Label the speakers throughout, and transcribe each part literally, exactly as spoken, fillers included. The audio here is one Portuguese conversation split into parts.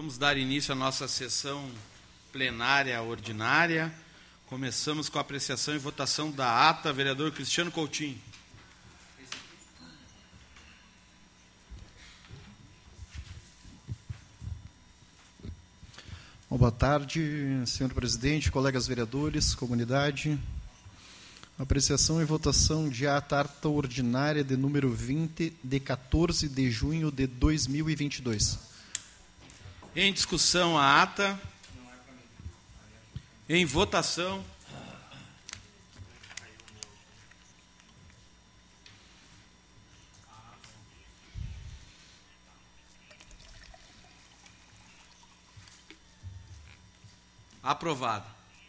Speaker 1: Vamos dar início à nossa sessão plenária ordinária. Começamos com a apreciação e votação da ata. Vereador Cristiano Coutinho.
Speaker 2: Bom, boa tarde, senhor presidente, colegas vereadores, comunidade. Apreciação e votação de ata ata ordinária de número vinte, de quatorze de junho de dois mil e vinte e dois.
Speaker 1: Em discussão a ata. Em votação. Aprovado.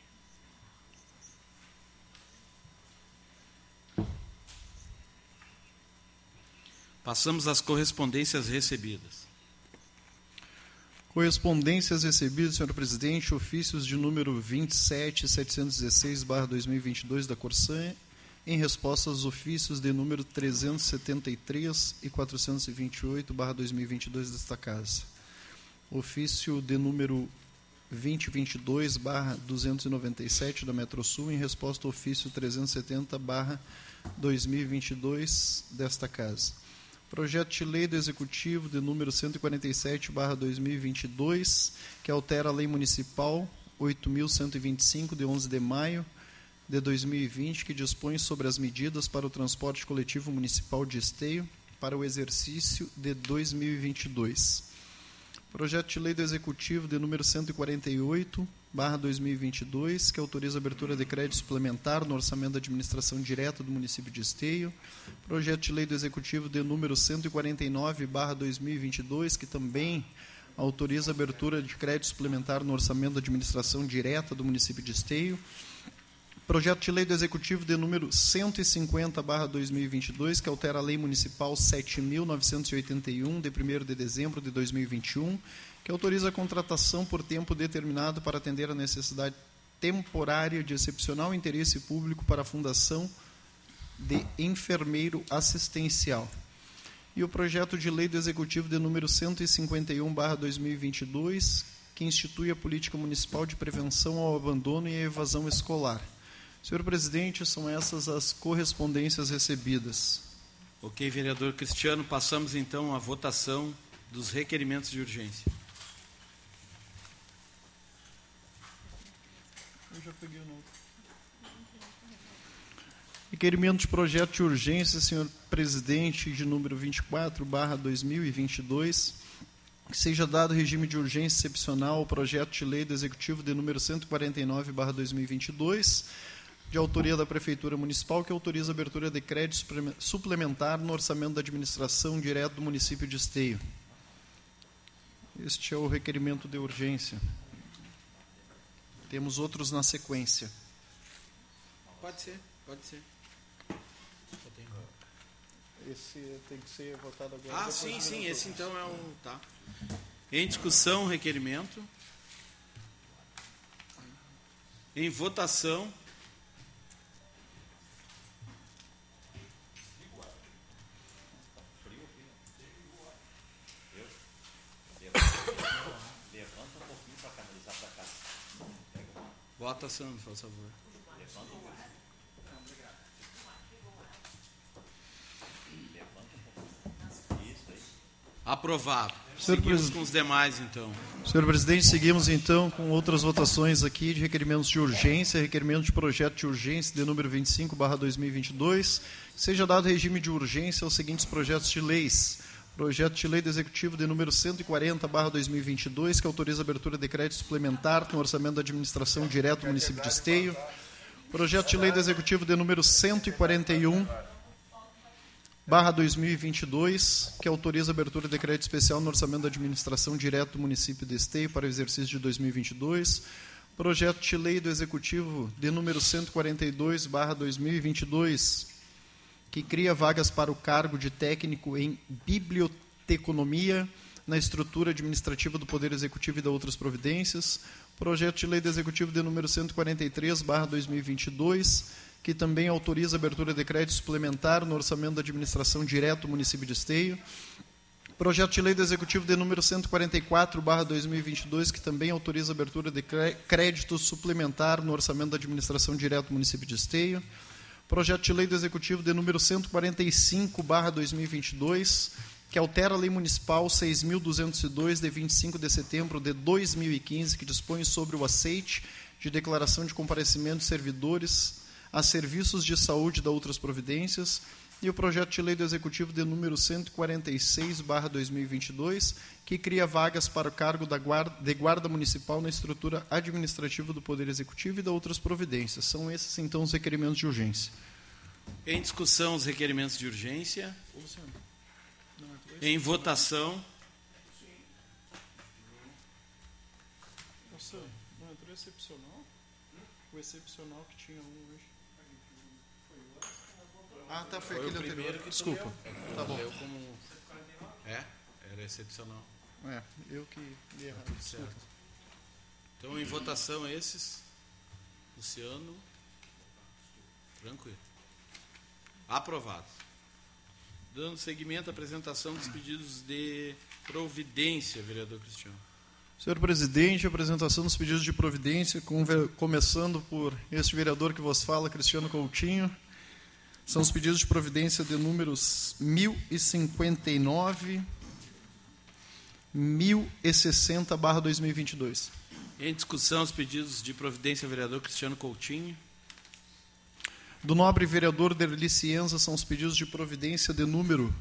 Speaker 1: Passamos às correspondências recebidas.
Speaker 2: Correspondências recebidas, senhor presidente, ofícios de número vinte e sete, setecentos e dezesseis barra dois mil e vinte e dois da Corsan, em resposta aos ofícios de número trezentos e setenta e três e quatrocentos e vinte e oito barra dois mil e vinte e dois desta Casa. Ofício de número vinte e vinte e dois barra duzentos e noventa e sete da Metrosul, em resposta ao ofício trezentos e setenta barra dois mil e vinte e dois desta Casa. Projeto de lei do Executivo de número cento e quarenta e sete barra dois mil e vinte e dois, que altera a Lei Municipal oito mil cento e vinte e cinco, de onze de maio de dois mil e vinte, que dispõe sobre as medidas para o transporte coletivo municipal de Esteio para o exercício de dois mil e vinte e dois. Projeto de lei do Executivo de número cento e quarenta e oito barra dois mil e vinte e dois, que autoriza a abertura de crédito suplementar no orçamento da administração direta do município de Esteio. Projeto de lei do Executivo de número cento e quarenta e nove barra dois mil e vinte e dois, que também autoriza a abertura de crédito suplementar no orçamento da administração direta do município de Esteio. Projeto de lei do Executivo de número cento e cinquenta barra dois mil e vinte e dois, que altera a Lei Municipal sete mil novecentos e oitenta e um, de primeiro de dezembro de dois mil e vinte e um, que autoriza a contratação por tempo determinado para atender a necessidade temporária de excepcional interesse público para a Fundação de Enfermeiro Assistencial. E o projeto de lei do Executivo de número cento e cinquenta e um barra dois mil e vinte e dois, que institui a política municipal de prevenção ao abandono e à evasão escolar. Senhor presidente, são essas as correspondências recebidas.
Speaker 1: Ok, vereador Cristiano, passamos então à votação dos requerimentos de urgência.
Speaker 2: Eu já peguei o nome. Requerimento de projeto de urgência, senhor presidente, de número vinte e quatro barra dois mil e vinte e dois, que seja dado regime de urgência excepcional ao projeto de lei do Executivo de número cento e quarenta e nove barra dois mil e vinte e dois, de autoria da Prefeitura Municipal, que autoriza a abertura de crédito suplementar no orçamento da administração direta do município de Esteio. Este é o requerimento de urgência. Temos outros na sequência.
Speaker 1: Pode ser, pode ser.
Speaker 2: Esse tem que ser votado agora.
Speaker 1: Ah, sim, sim, esse então é o... Tá. Em discussão, requerimento. Em votação. Votação, por favor. Aprovado. Senhor Seguimos Pres... com os demais, então.
Speaker 2: Senhor presidente, seguimos, então, com outras votações aqui de requerimentos de urgência. Requerimento de projeto de urgência de número vinte e cinco barra dois mil e vinte e dois. Seja dado regime de urgência aos seguintes projetos de leis. Projeto de lei do Executivo de número cento e quarenta barra dois mil e vinte e dois, que autoriza a abertura de crédito suplementar no orçamento da administração direta do município de Esteio. Projeto de lei do Executivo de número cento e quarenta e um barra dois mil e vinte e dois, que autoriza a abertura de crédito especial no orçamento da administração direta do município de Esteio para o exercício de dois mil e vinte e dois. Projeto de lei do Executivo de número cento e quarenta e dois barra dois mil e vinte e dois, que cria vagas para o cargo de técnico em biblioteconomia na estrutura administrativa do Poder Executivo e de outras providências. Projeto de lei do Executivo de número cento e quarenta e três barra dois mil e vinte e dois, que também autoriza a abertura de crédito suplementar no orçamento da administração direta do município de Esteio. Projeto de lei do Executivo de número cento e quarenta e quatro barra dois mil e vinte e dois, que também autoriza a abertura de crédito suplementar no orçamento da administração direta do município de Esteio. Projeto de lei do Executivo de número cento e quarenta e cinco barra dois mil e vinte e dois, que altera a Lei Municipal seis mil duzentos e dois, de vinte e cinco de setembro de dois mil e quinze, que dispõe sobre o aceite de declaração de comparecimento de servidores a serviços de saúde e da outras providências, e o projeto de lei do Executivo de número cento e quarenta e seis barra dois mil e vinte e dois, que cria vagas para o cargo da guarda, de guarda municipal na estrutura administrativa do Poder Executivo e da outras providências. São esses, então, os requerimentos de urgência.
Speaker 1: Em discussão, os requerimentos de urgência. Em votação.
Speaker 2: Não entrou excepcional? O excepcional que tinha um hoje. Ah, tá, foi, foi aquele
Speaker 1: o
Speaker 2: anterior.
Speaker 1: Que
Speaker 2: Desculpa.
Speaker 1: leu.
Speaker 2: Tá bom.
Speaker 1: Leu como... É, era excepcional.
Speaker 2: É, eu que li errado.
Speaker 1: Tá certo. Então, em votação, esses. Luciano. Tranquilo. Aprovado. Dando seguimento à apresentação dos pedidos de providência, vereador Cristiano.
Speaker 2: Senhor presidente, a apresentação dos pedidos de providência, começando por este vereador que vos fala, Cristiano Coutinho. São os pedidos de providência de números mil e cinquenta e nove, mil e sessenta barra dois mil e vinte e dois.
Speaker 1: Em discussão, os pedidos de providência, vereador Cristiano Coutinho.
Speaker 2: Do nobre vereador Derli Cienza, são os pedidos de providência de número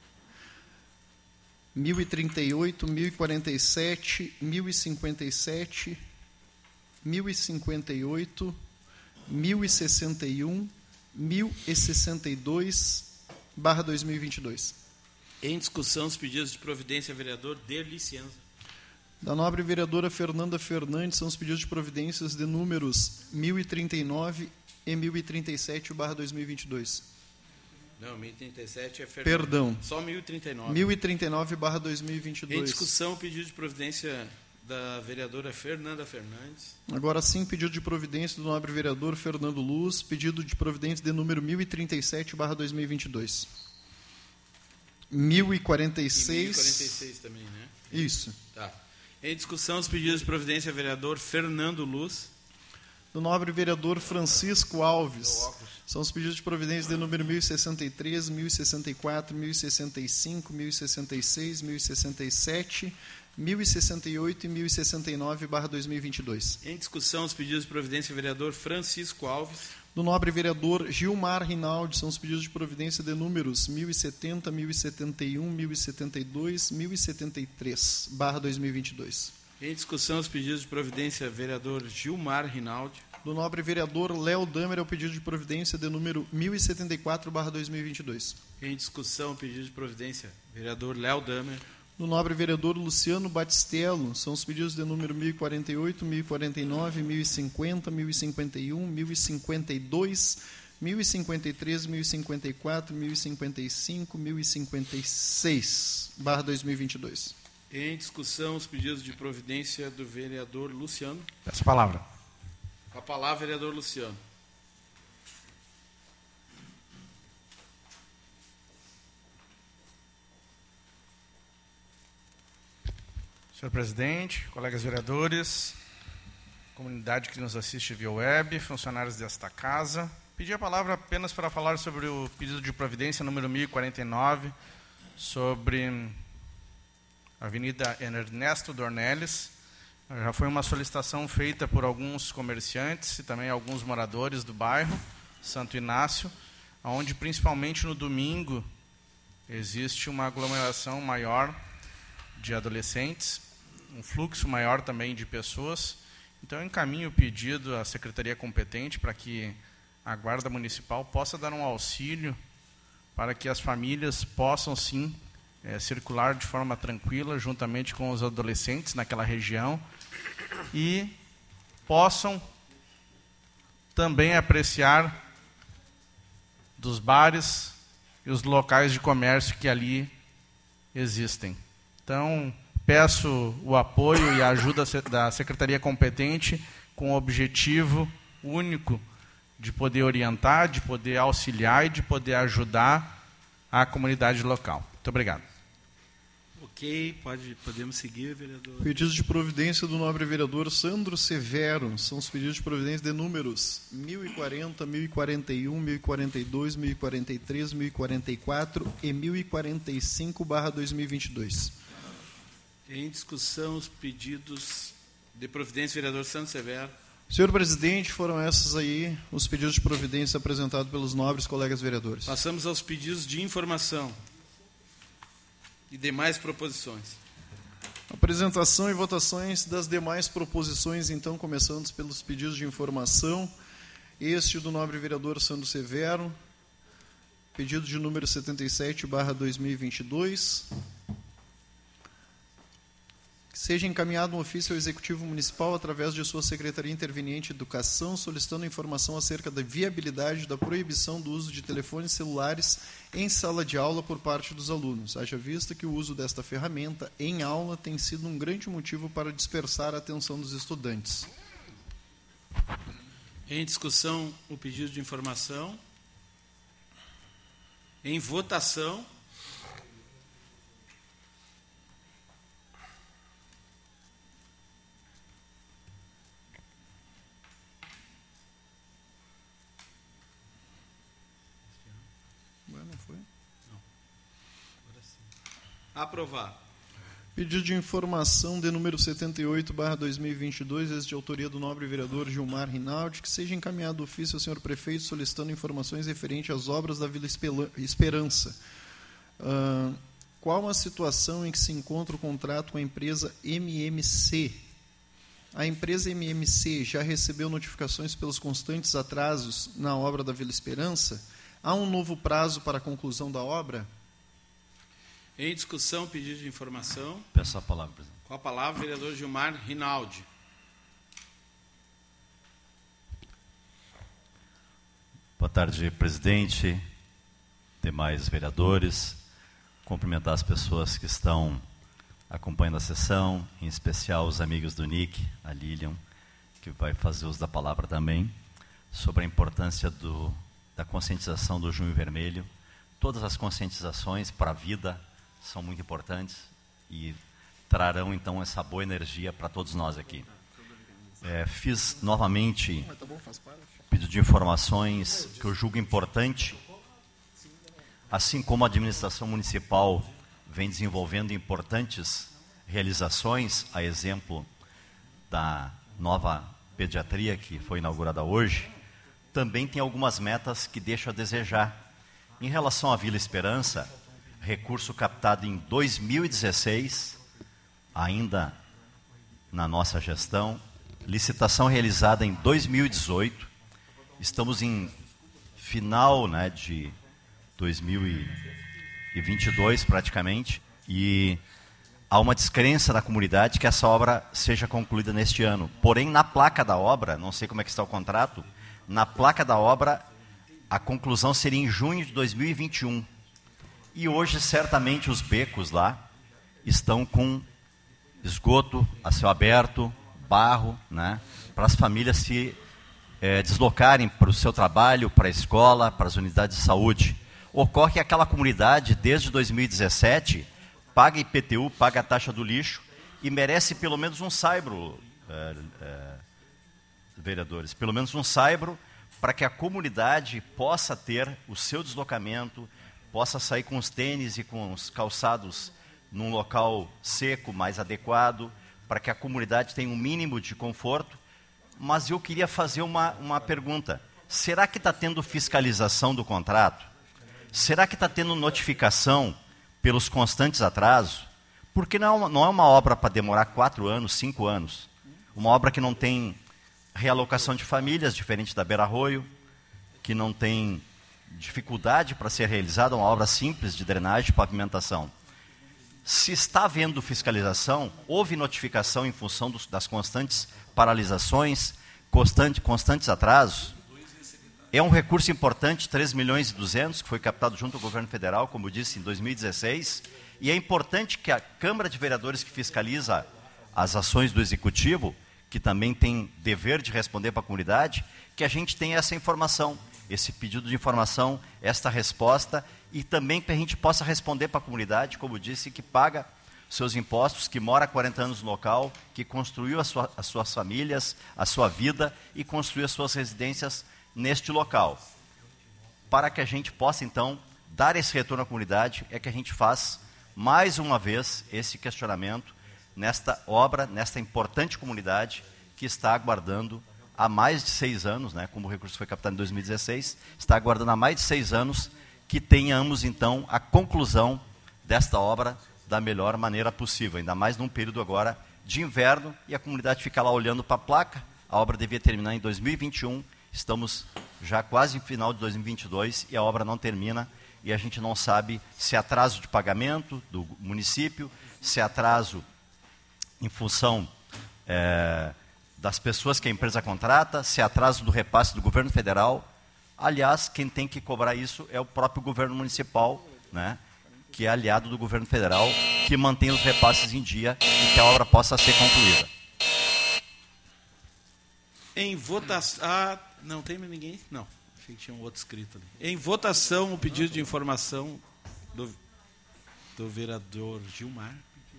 Speaker 2: mil e trinta e oito, mil e quarenta e sete, mil e cinquenta e sete, mil e cinquenta e oito, mil e sessenta e um, mil e sessenta e dois barra dois mil e vinte e dois.
Speaker 1: Em discussão, os pedidos de providência, vereador Derli Cienza.
Speaker 2: Da nobre vereadora Fernanda Fernandes, são os pedidos de providências de números mil e trinta e nove e mil e trinta e sete barra dois mil e vinte e dois.
Speaker 1: Não, mil e trinta e sete é Fernanda.
Speaker 2: Perdão.
Speaker 1: Só mil e trinta e nove.
Speaker 2: mil e trinta e nove barra dois mil e vinte e dois.
Speaker 1: Em discussão, o pedido de providência da vereadora Fernanda Fernandes.
Speaker 2: Agora sim, pedido de providência do nobre vereador Fernando Luz, pedido de providência de número mil e trinta e sete barra dois mil e vinte e dois. mil e quarenta e seis.
Speaker 1: E mil e quarenta e seis também, né?
Speaker 2: Isso.
Speaker 1: Tá. Em discussão, os pedidos de providência vereador Fernando Luz.
Speaker 2: Do nobre vereador Francisco Alves. São os pedidos de providência de número mil e sessenta e três, mil e sessenta e quatro, mil e sessenta e cinco, mil e sessenta e seis, mil e sessenta e sete, mil e sessenta e oito e mil e sessenta e nove barra dois mil e vinte e dois.
Speaker 1: Em discussão, os pedidos de providência vereador Francisco Alves.
Speaker 2: Do nobre vereador Gilmar Rinaldi, são os pedidos de providência de números mil e setenta, mil e setenta e um, mil e setenta e dois, mil e setenta e três barra dois mil e vinte e dois.
Speaker 1: Em discussão, os pedidos de providência vereador Gilmar Rinaldi.
Speaker 2: Do nobre vereador Léo Damer, é o pedido de providência de número mil e setenta e quatro barra dois mil e vinte e dois.
Speaker 1: Em discussão, o pedido de providência vereador Léo Damer.
Speaker 2: Do nobre vereador Luciano Batistello, são os pedidos de número mil e quarenta e oito, mil e quarenta e nove, mil e cinquenta, mil e cinquenta e um, mil e cinquenta e dois, mil e cinquenta e três, mil e cinquenta e quatro, mil e cinquenta e cinco, mil e cinquenta e seis barra dois mil e vinte e dois.
Speaker 1: Em discussão, os pedidos de providência do vereador Luciano.
Speaker 3: Peço a palavra.
Speaker 1: Com a palavra, vereador Luciano.
Speaker 3: Senhor presidente, colegas vereadores, comunidade que nos assiste via web, funcionários desta casa, pedi a palavra apenas para falar sobre o pedido de providência número mil e quarenta e nove, sobre a Avenida Ernesto Dornelles. Já foi uma solicitação feita por alguns comerciantes e também alguns moradores do bairro Santo Inácio, onde principalmente no domingo existe uma aglomeração maior de adolescentes, um fluxo maior também de pessoas. Então eu encaminho o pedido à secretaria competente para que a Guarda Municipal possa dar um auxílio para que as famílias possam sim é, circular de forma tranquila juntamente com os adolescentes naquela região e possam também apreciar dos bares e os locais de comércio que ali existem. Então, peço o apoio e a ajuda da secretaria competente com o objetivo único de poder orientar, de poder auxiliar e de poder ajudar a comunidade local. Muito obrigado.
Speaker 1: Ok, pode, podemos seguir, vereador.
Speaker 2: Pedido de providência do nobre vereador Sandro Severo. São os pedidos de providência de números mil e quarenta, mil e quarenta e um, mil e quarenta e dois, mil e quarenta e três, mil e quarenta e quatro e mil e quarenta e cinco barra dois mil e vinte e dois.
Speaker 1: Em discussão, os pedidos de providência, vereador Sandro Severo.
Speaker 2: Senhor presidente, foram esses aí os pedidos de providência apresentados pelos nobres colegas vereadores.
Speaker 1: Passamos aos pedidos de informação e demais proposições.
Speaker 2: Apresentação e votações das demais proposições, então, começando pelos pedidos de informação. Este do nobre vereador Sandro Severo, pedido de número setenta e sete barra dois mil e vinte e dois. Que seja encaminhado um ofício ao Executivo Municipal através de sua Secretaria Interveniente de Educação, solicitando informação acerca da viabilidade da proibição do uso de telefones celulares em sala de aula por parte dos alunos, haja vista que o uso desta ferramenta em aula tem sido um grande motivo para dispersar a atenção dos estudantes.
Speaker 1: Em discussão, o pedido de informação. Em votação.
Speaker 2: Não foi?
Speaker 1: Não. Agora sim. Aprovar.
Speaker 2: Pedido de informação de número setenta e oito barra dois mil e vinte e dois, esse de autoria do nobre vereador Gilmar Rinaldi, que seja encaminhado ofício ao senhor prefeito solicitando informações referentes às obras da Vila Esperança. Uh, qual a situação em que se encontra o contrato com a empresa M M C? A empresa M M C já recebeu notificações pelos constantes atrasos na obra da Vila Esperança? Há um novo prazo para a conclusão da obra?
Speaker 1: Em discussão, pedido de informação.
Speaker 4: Peço a palavra, presidente.
Speaker 1: Com a palavra, vereador Gilmar Rinaldi.
Speaker 4: Boa tarde, presidente, demais vereadores. Cumprimentar as pessoas que estão acompanhando a sessão, em especial os amigos do N I C, a Lilian, que vai fazer uso da palavra também, sobre a importância do, da conscientização do Junho Vermelho. Todas as conscientizações para a vida são muito importantes e trarão, então, essa boa energia para todos nós aqui. É, fiz novamente pedido de informações que eu julgo importante, assim como a administração municipal vem desenvolvendo importantes realizações, a exemplo da nova pediatria que foi inaugurada hoje, também tem algumas metas que deixam a desejar. Em relação à Vila Esperança, recurso captado em dois mil e dezesseis, ainda na nossa gestão, licitação realizada em dois mil e dezoito, estamos em final, né, de dois mil e vinte e dois praticamente, e há uma descrença da comunidade que essa obra seja concluída neste ano. Porém, na placa da obra, não sei como é que está o contrato, na placa da obra, a conclusão seria em junho de dois mil e vinte e um. E hoje, certamente, os becos lá estão com esgoto a céu aberto, barro, né, para as famílias se é, deslocarem para o seu trabalho, para a escola, para as unidades de saúde. Ocorre que aquela comunidade, desde dois mil e dezessete, paga I P T U, paga a taxa do lixo e merece pelo menos um saibro, é, é, vereadores, pelo menos um saibro, para que a comunidade possa ter o seu deslocamento, possa sair com os tênis e com os calçados num local seco, mais adequado, para que a comunidade tenha um mínimo de conforto. Mas eu queria fazer uma, uma pergunta. Será que está tendo fiscalização do contrato? Será que está tendo notificação pelos constantes atrasos? Porque não é uma, não é uma obra para demorar quatro anos, cinco anos. Uma obra que não tem realocação de famílias, diferente da Beira Arroio, que não tem dificuldade para ser realizada, uma obra simples de drenagem e pavimentação. Se está havendo fiscalização, houve notificação em função dos, das constantes paralisações, constante, constantes atrasos. É um recurso importante, três milhões e duzentos, que foi captado junto ao governo federal, como eu disse, em dois mil e dezesseis, e é importante que a Câmara de Vereadores que fiscaliza as ações do Executivo, que também tem dever de responder para a comunidade, que a gente tenha essa informação, esse pedido de informação, esta resposta, e também que a gente possa responder para a comunidade, como eu disse, que paga seus impostos, que mora há quarenta anos no local, que construiu a sua, as suas famílias, a sua vida e construiu as suas residências neste local. Para que a gente possa, então, dar esse retorno à comunidade, é que a gente faz, mais uma vez, esse questionamento nesta obra, nesta importante comunidade que está aguardando há mais de seis anos, né, como o recurso foi captado em dois mil e dezesseis, está aguardando há mais de seis anos que tenhamos, então, a conclusão desta obra da melhor maneira possível, ainda mais num período agora de inverno, e a comunidade fica lá olhando para a placa. A obra devia terminar em dois mil e vinte e um, estamos já quase no final de dois mil e vinte e dois e a obra não termina, e a gente não sabe se é atraso de pagamento do município, se é atraso em função é, das pessoas que a empresa contrata, se é atraso do repasse do governo federal. Aliás, quem tem que cobrar isso é o próprio governo municipal, né, que é aliado do governo federal, que mantém os repasses em dia e que a obra possa ser concluída.
Speaker 1: Em votação... Ah, não tem mais ninguém? Não, achei que tinha um outro escrito ali. Em votação, o pedido de informação do, do vereador Gilmar.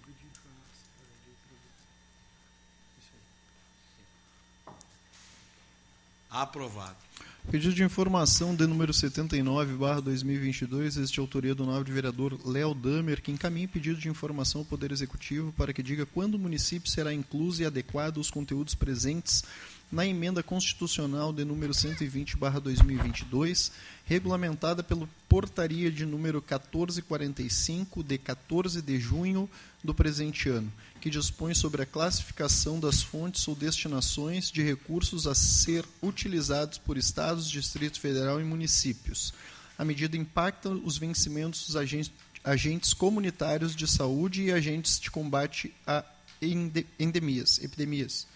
Speaker 1: Aprovado.
Speaker 2: Pedido de informação de número setenta e nove barra dois mil e vinte e dois, este autoria do nobre vereador Léo Damer, que encaminha pedido de informação ao Poder Executivo para que diga quando o município será incluso e adequado aos conteúdos presentes na emenda constitucional de número cento e vinte barra dois mil e vinte e dois, regulamentada pela portaria de número quatorze quarenta e cinco, de quatorze de junho do presente ano, que dispõe sobre a classificação das fontes ou destinações de recursos a ser utilizados por estados, Distrito Federal e municípios. A medida impacta os vencimentos dos agentes, agentes comunitários de saúde e agentes de combate a endemias, epidemias.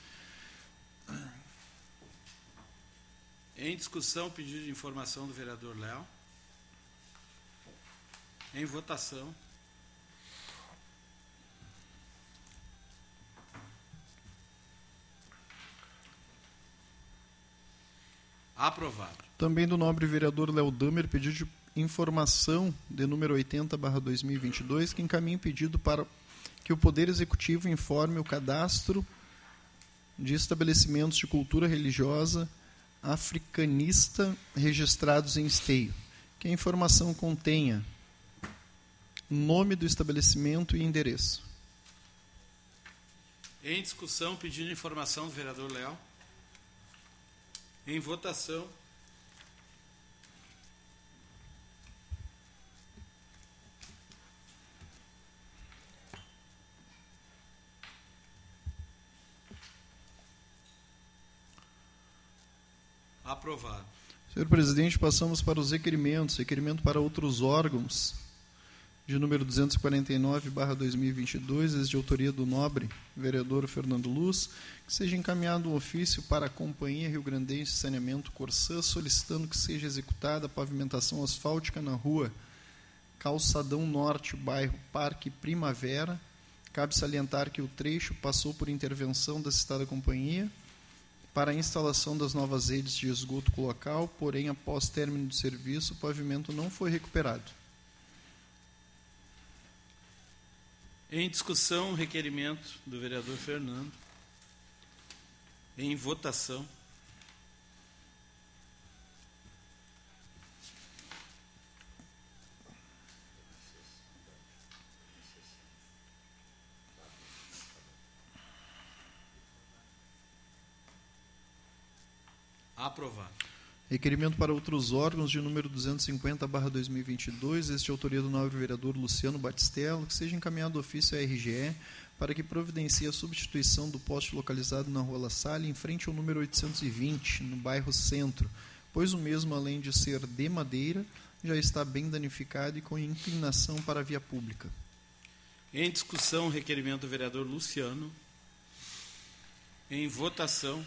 Speaker 1: Em discussão, pedido de informação do vereador Léo. Em votação. Aprovado.
Speaker 2: Também do nobre vereador Léo Damer, pedido de informação de número oitenta barra dois mil e vinte e dois, que encaminha pedido para que o Poder Executivo informe o cadastro de estabelecimentos de cultura religiosa africanista registrados em esteio, que a informação contenha nome do estabelecimento e endereço.
Speaker 1: Em discussão, pedido de informação do vereador Léo. Em votação. Aprovado.
Speaker 2: Senhor presidente, passamos para os requerimentos. Requerimento para outros órgãos, de número duzentos e quarenta e nove barra dois mil e vinte e dois, de autoria do nobre vereador Fernando Luz, que seja encaminhado um ofício para a Companhia Rio Grandense de Saneamento Corsã, solicitando que seja executada a pavimentação asfáltica na rua Calçadão Norte, bairro Parque Primavera. Cabe salientar que o trecho passou por intervenção da citada companhia para a instalação das novas redes de esgoto local, porém, após término do serviço, o pavimento não foi recuperado.
Speaker 1: Em discussão, requerimento do vereador Fernando. Em votação. Aprovado.
Speaker 2: Requerimento para outros órgãos de número duzentos e cinquenta barra dois mil e vinte e dois, este de autoria do nobre vereador Luciano Batistello, que seja encaminhado ofício à R G E para que providencie a substituição do poste localizado na rua La Salle, em frente ao número oitocentos e vinte, no bairro Centro, pois o mesmo, além de ser de madeira, já está bem danificado e com inclinação para a via pública.
Speaker 1: Em discussão, requerimento do vereador Luciano. Em votação.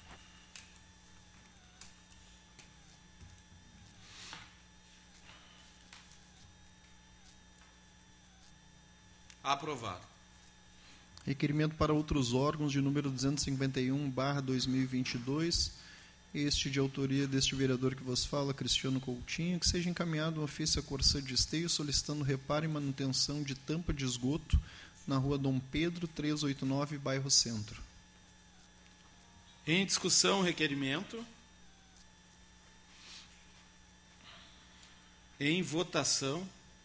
Speaker 1: Aprovado.
Speaker 2: Requerimento para outros órgãos de número duzentos e cinquenta e um barra dois mil e vinte e dois, este de autoria deste vereador que vos fala, Cristiano Coutinho, que seja encaminhado um ofício à Corsã de Esteio solicitando reparo e manutenção de tampa de esgoto na rua Dom Pedro, trezentos e oitenta e nove, bairro Centro.
Speaker 1: Em discussão, requerimento. Em votação.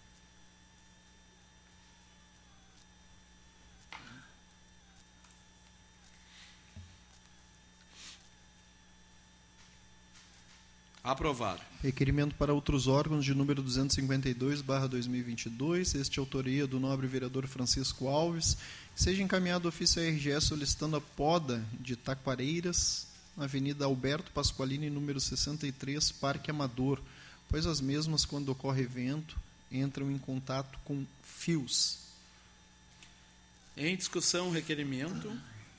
Speaker 1: Aprovado.
Speaker 2: Requerimento para outros órgãos de número duzentos e cinquenta e dois, barra dois mil e vinte e dois, este autoria do nobre vereador Francisco Alves, que seja encaminhado ofício à R G S solicitando a poda de taquareiras na Avenida Alberto Pasqualini, número sessenta e três, Parque Amador, pois as mesmas, quando ocorre evento, entram em contato com fios.
Speaker 1: Em discussão, requerimento.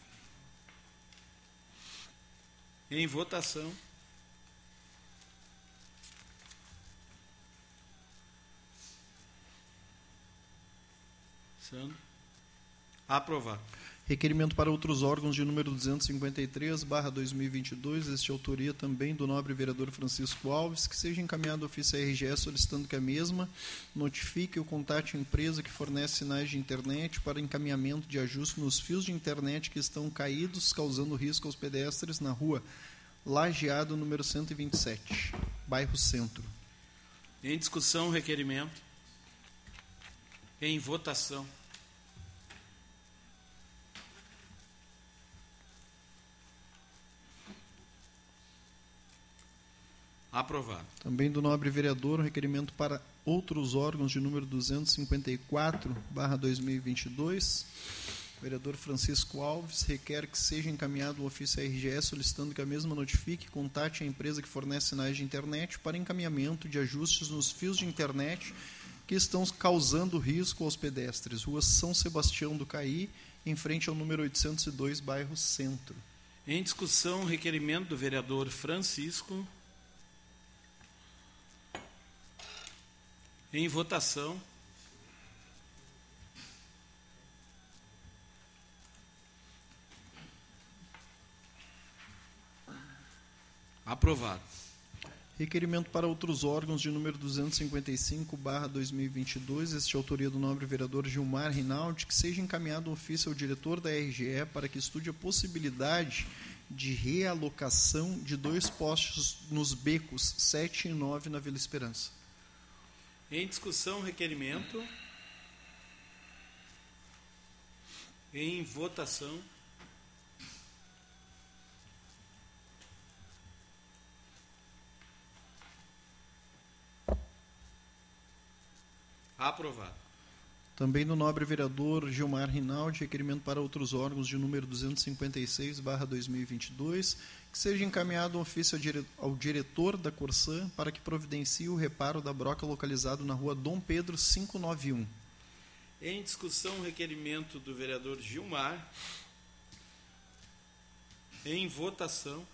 Speaker 1: Em votação. Sandro. Aprovado.
Speaker 2: Requerimento para outros órgãos de número duzentos e cinquenta e três, barra dois mil e vinte e dois, este autoria também do nobre vereador Francisco Alves, que seja encaminhado ofício à R G S solicitando que a mesma notifique ou contate a empresa que fornece sinais de internet para encaminhamento de ajuste nos fios de internet que estão caídos, causando risco aos pedestres na rua Lajeado, número cento e vinte e sete, bairro Centro.
Speaker 1: Em discussão, requerimento. Em votação. Aprovado.
Speaker 2: Também do nobre vereador, um requerimento para outros órgãos de número duzentos e cinquenta e quatro, barra dois mil e vinte e dois. O vereador Francisco Alves requer que seja encaminhado um ofício à R G S solicitando que a mesma notifique e contate a empresa que fornece sinais de internet para encaminhamento de ajustes nos fios de internet que estão causando risco aos pedestres. Rua São Sebastião do Caí, em frente ao número oitocentos e dois, bairro Centro.
Speaker 1: Em discussão, requerimento do vereador Francisco. Em votação. Aprovado.
Speaker 2: Requerimento para outros órgãos de número duzentos e cinquenta e cinco, barra dois mil e vinte e dois, este autoria do nobre vereador Gilmar Rinaldi, que seja encaminhado um ofício ao diretor da R G E para que estude a possibilidade de realocação de dois postes nos becos sete e nove na Vila Esperança.
Speaker 1: Em discussão, requerimento. Em votação. Aprovado.
Speaker 2: Também do nobre vereador Gilmar Rinaldi, requerimento para outros órgãos de número duzentos e cinquenta e seis, barra dois mil e vinte e dois, que seja encaminhado um ofício ao diretor da Corsã para que providencie o reparo da broca localizado na rua Dom Pedro quinhentos e noventa e um.
Speaker 1: Em discussão, requerimento do vereador Gilmar. Em votação.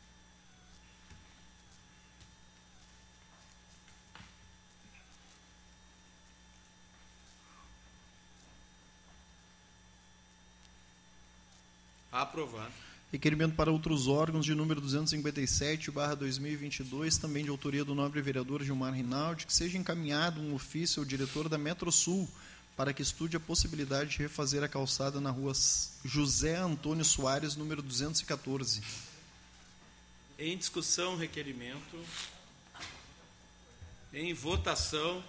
Speaker 1: Aprovado.
Speaker 2: Requerimento para outros órgãos de número duzentos e cinquenta e sete, barra dois mil e vinte e dois, também de autoria do nobre vereador Gilmar Rinaldi, que seja encaminhado um ofício ao diretor da Metrosul para que estude a possibilidade de refazer a calçada na rua José Antônio Soares, número duzentos e quatorze.
Speaker 1: Em discussão, requerimento. Em votação.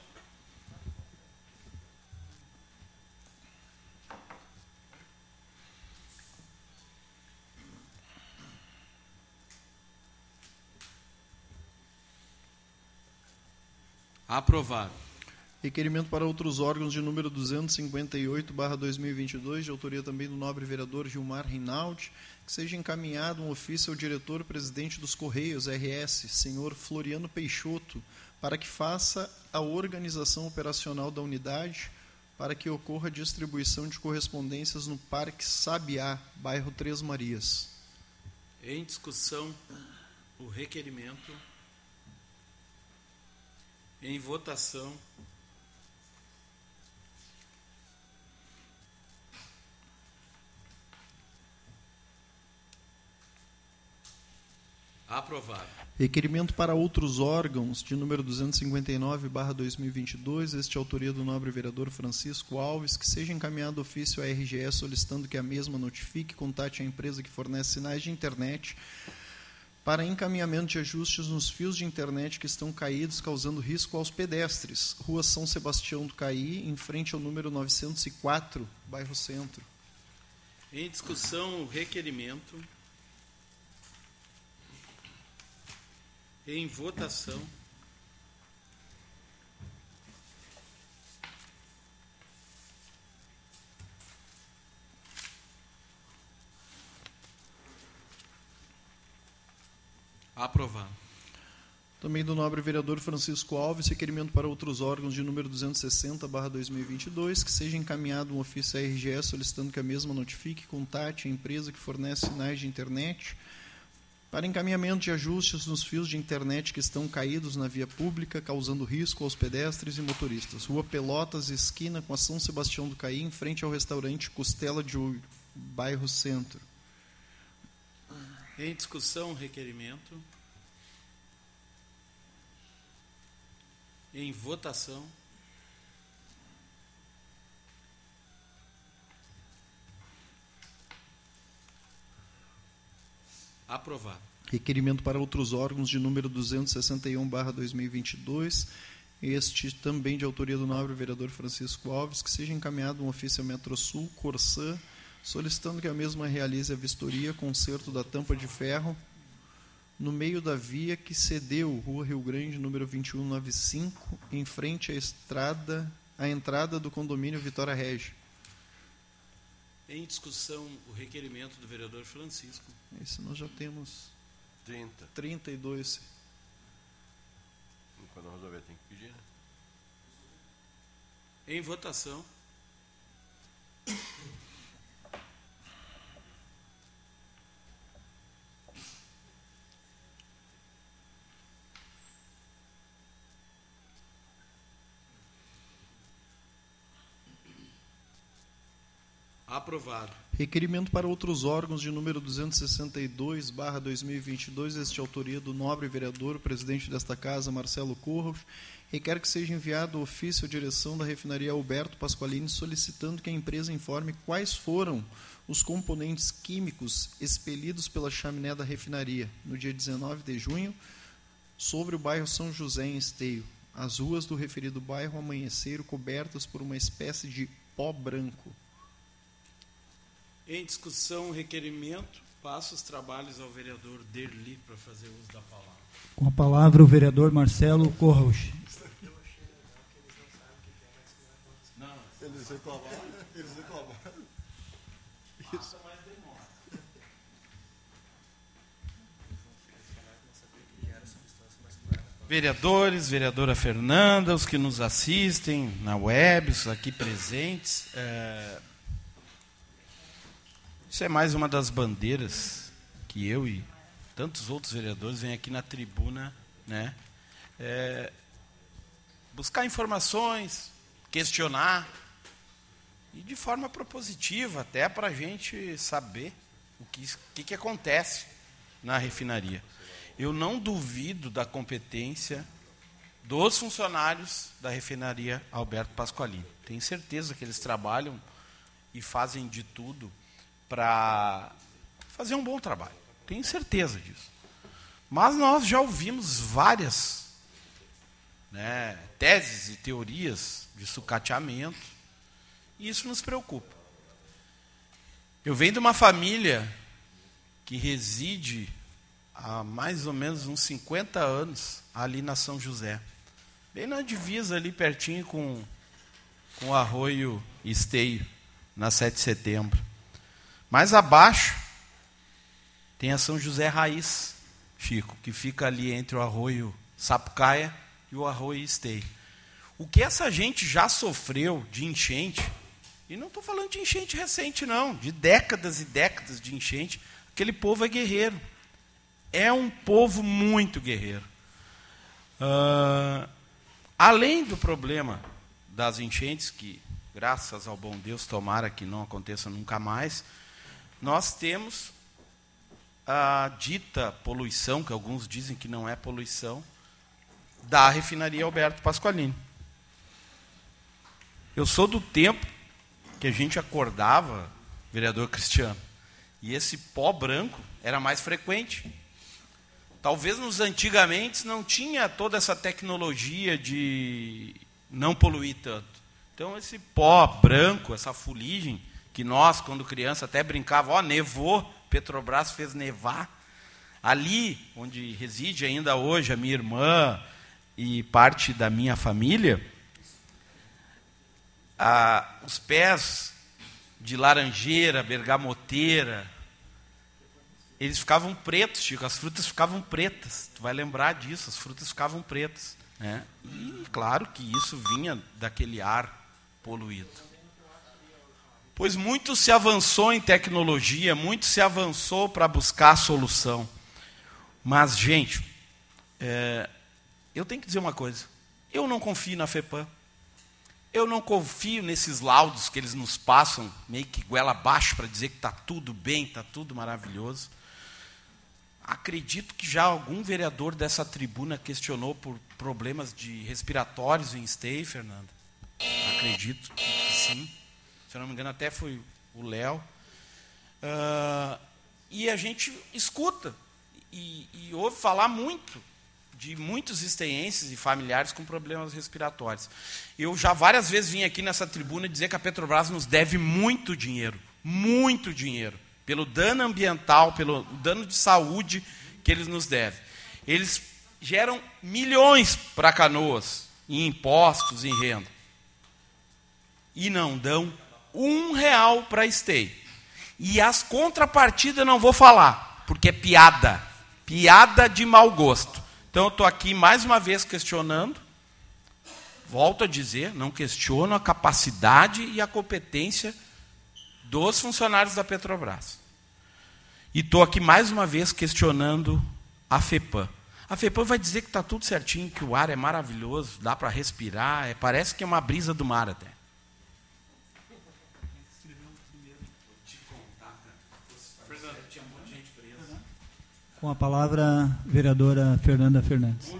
Speaker 1: Aprovado.
Speaker 2: Requerimento para outros órgãos de número duzentos e cinquenta e oito, barra dois mil e vinte e dois, de autoria também do nobre vereador Gilmar Rinaldi, que seja encaminhado um ofício ao diretor-presidente dos Correios, R S, senhor Floriano Peixoto, para que faça a organização operacional da unidade, para que ocorra a distribuição de correspondências no Parque Sabiá, bairro Três Marias.
Speaker 1: Em discussão, o requerimento. Em votação. Aprovado.
Speaker 2: Requerimento para outros órgãos, de número duzentos e cinquenta e nove barra dois mil e vinte e dois, este é autoria do nobre vereador Francisco Alves, que seja encaminhado ofício à R G E solicitando que a mesma notifique e contate a empresa que fornece sinais de internet para encaminhamento de ajustes nos fios de internet que estão caídos, causando risco aos pedestres. Rua São Sebastião do Caí, em frente ao número novecentos e quatro, bairro Centro.
Speaker 1: Em discussão, o requerimento. Em votação. Aprovado.
Speaker 2: Também do nobre vereador Francisco Alves, requerimento para outros órgãos de número duzentos e sessenta barra dois mil e vinte e dois, que seja encaminhado um ofício à R G E solicitando que a mesma notifique e contate a empresa que fornece sinais de internet para encaminhamento de ajustes nos fios de internet que estão caídos na via pública, causando risco aos pedestres e motoristas. Rua Pelotas, esquina com a São Sebastião do Caí, em frente ao restaurante Costela de Ouro, bairro Centro.
Speaker 1: Em discussão, requerimento. Em votação. Aprovado.
Speaker 2: Requerimento para outros órgãos de número duzentos e sessenta e um barra dois mil e vinte e dois, este também de autoria do nobre vereador Francisco Alves, que seja encaminhado um ofício ao Metrosul, Corsã, solicitando que a mesma realize a vistoria, conserto da tampa de ferro no meio da via que cedeu, Rua Rio Grande, número vinte e um noventa e cinco, em frente à estrada, à entrada do condomínio Vitória Régia.
Speaker 1: Em discussão, o requerimento do vereador Francisco.
Speaker 2: Esse nós já temos
Speaker 5: trinta.
Speaker 2: trinta e dois.
Speaker 5: Quando não resolver, tem que pedir, né?
Speaker 1: Em votação. Aprovado.
Speaker 2: Requerimento para outros órgãos de número duzentos e sessenta e dois barra dois mil e vinte e dois, este autoria do nobre vereador, presidente desta casa, Marcelo Corros, requer que seja enviado ofício à direção da refinaria Alberto Pasqualini, solicitando que a empresa informe quais foram os componentes químicos expelidos pela chaminé da refinaria, no dia dezenove de junho, sobre o bairro São José, em Esteio. As ruas do referido bairro amanheceram cobertas por uma espécie de pó branco.
Speaker 1: Em discussão, requerimento. Passo os trabalhos ao vereador Derli para fazer uso da palavra.
Speaker 6: Com a palavra o vereador Marcelo Corros.
Speaker 1: Não,
Speaker 5: eles reclamaram. Eles reclamaram.
Speaker 1: Isso mais demora. Vereadores, vereadora Fernanda, os que nos assistem na web, os aqui presentes. É... Isso é mais uma das bandeiras que eu e tantos outros vereadores vêm aqui na tribuna, né? É, buscar informações, questionar, e de forma propositiva, até para a gente saber o que, que, que acontece na refinaria. Eu não duvido da competência dos funcionários da refinaria Alberto Pasqualini. Tenho certeza que eles trabalham e fazem de tudo para fazer um bom trabalho. Tenho certeza disso. Mas nós já ouvimos várias, né, teses e teorias de sucateamento, e isso nos preocupa. Eu venho de uma família que reside há mais ou menos uns cinquenta anos ali na São José, bem na divisa ali pertinho com, com o Arroio Esteio, na sete de setembro. Mais abaixo tem a São José Raiz, Chico, que fica ali entre o Arroio Sapucaia e o Arroio Esteio. O que essa gente já sofreu de enchente, e não estou falando de enchente recente não, de décadas e décadas de enchente, aquele povo é guerreiro. É um povo muito guerreiro. Uh, além do problema das enchentes, que graças ao bom Deus, tomara que não aconteça nunca mais, nós temos a dita poluição, que alguns dizem que não é poluição, da refinaria Alberto Pasqualini. Eu sou do tempo que a gente acordava, vereador Cristiano, e esse pó branco era mais frequente. Talvez nos antigamente não tinha toda essa tecnologia de não poluir tanto. Então esse pó branco, essa fuligem, que nós, quando criança, até brincava, ó, nevou, Petrobras fez nevar. Ali, onde reside ainda hoje a minha irmã e parte da minha família, ah, os pés de laranjeira, bergamoteira, eles ficavam pretos, Chico, as frutas ficavam pretas. Tu vai lembrar disso, as frutas ficavam pretas, né? E claro que isso vinha daquele ar poluído. Pois muito se avançou em tecnologia, muito se avançou para buscar a solução. Mas, gente, é, eu tenho que dizer uma coisa. Eu não confio na FEPAM. Eu não confio nesses laudos que eles nos passam, meio que goela abaixo, para dizer que está tudo bem, está tudo maravilhoso. Acredito que já algum vereador dessa tribuna questionou por problemas de respiratórios em Esteio, Fernanda. Acredito que sim. Se eu não me engano, até foi o Léo. Uh, e a gente escuta e, e ouve falar muito de muitos esteienses e familiares com problemas respiratórios. Eu já várias vezes vim aqui nessa tribuna dizer que a Petrobras nos deve muito dinheiro, muito dinheiro, pelo dano ambiental, pelo dano de saúde que eles nos devem. Eles geram milhões para Canoas, em impostos, em renda. E não dão um real para Esteio. E as contrapartidas eu não vou falar, porque é piada. Piada de mau gosto. Então eu estou aqui mais uma vez questionando, volto a dizer, não questiono a capacidade e a competência dos funcionários da Petrobras. E estou aqui mais uma vez questionando a FEPAM. A FEPAM vai dizer que está tudo certinho, que o ar é maravilhoso, dá para respirar, é, parece que é uma brisa do mar até.
Speaker 6: Com a palavra, vereadora Fernanda Fernandes.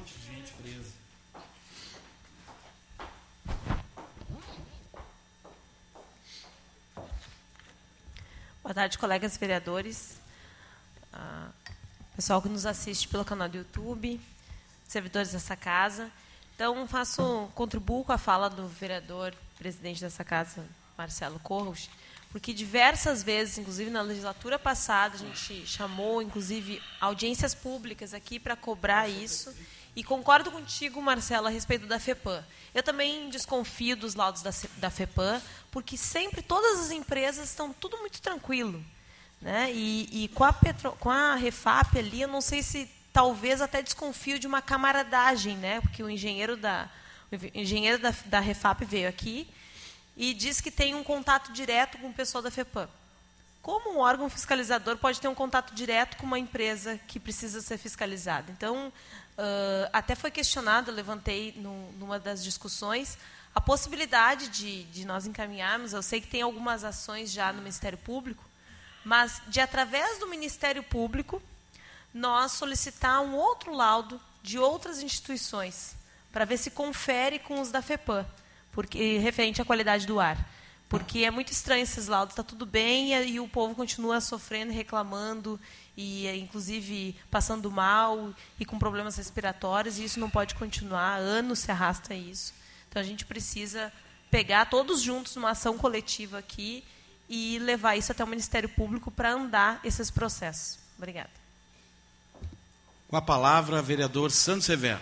Speaker 7: Boa tarde, colegas vereadores, ah, pessoal que nos assiste pelo canal do YouTube, servidores dessa casa. Então, faço, contribuo com a fala do vereador presidente dessa casa, Marcelo Corros, porque diversas vezes, inclusive na legislatura passada, a gente chamou, inclusive, audiências públicas aqui para cobrar isso. E concordo contigo, Marcelo, a respeito da FEPAM. Eu também desconfio dos laudos da, da FEPAM, porque sempre todas as empresas estão tudo muito tranquilo, né? E, e com, a Petro, com a Refap ali, eu não sei se talvez até desconfio de uma camaradagem, né? Porque o engenheiro da, o engenheiro da, da Refap veio aqui e diz que tem um contato direto com o pessoal da FEPAM. Como um órgão fiscalizador pode ter um contato direto com uma empresa que precisa ser fiscalizada? Então, uh, até foi questionado, eu levantei no, numa das discussões, a possibilidade de, de nós encaminharmos, eu sei que tem algumas ações já no Ministério Público, mas de, através do Ministério Público, nós solicitar um outro laudo de outras instituições, para ver se confere com os da FEPAM, porque, referente à qualidade do ar. Porque é muito estranho esses laudos, está tudo bem e, e o povo continua sofrendo, reclamando, e inclusive passando mal e com problemas respiratórios, e isso não pode continuar, há anos se arrasta isso. Então a gente precisa pegar todos juntos numa ação coletiva aqui e levar isso até o Ministério Público para andar esses processos. Obrigada.
Speaker 1: Com a palavra, vereador Santos Severo.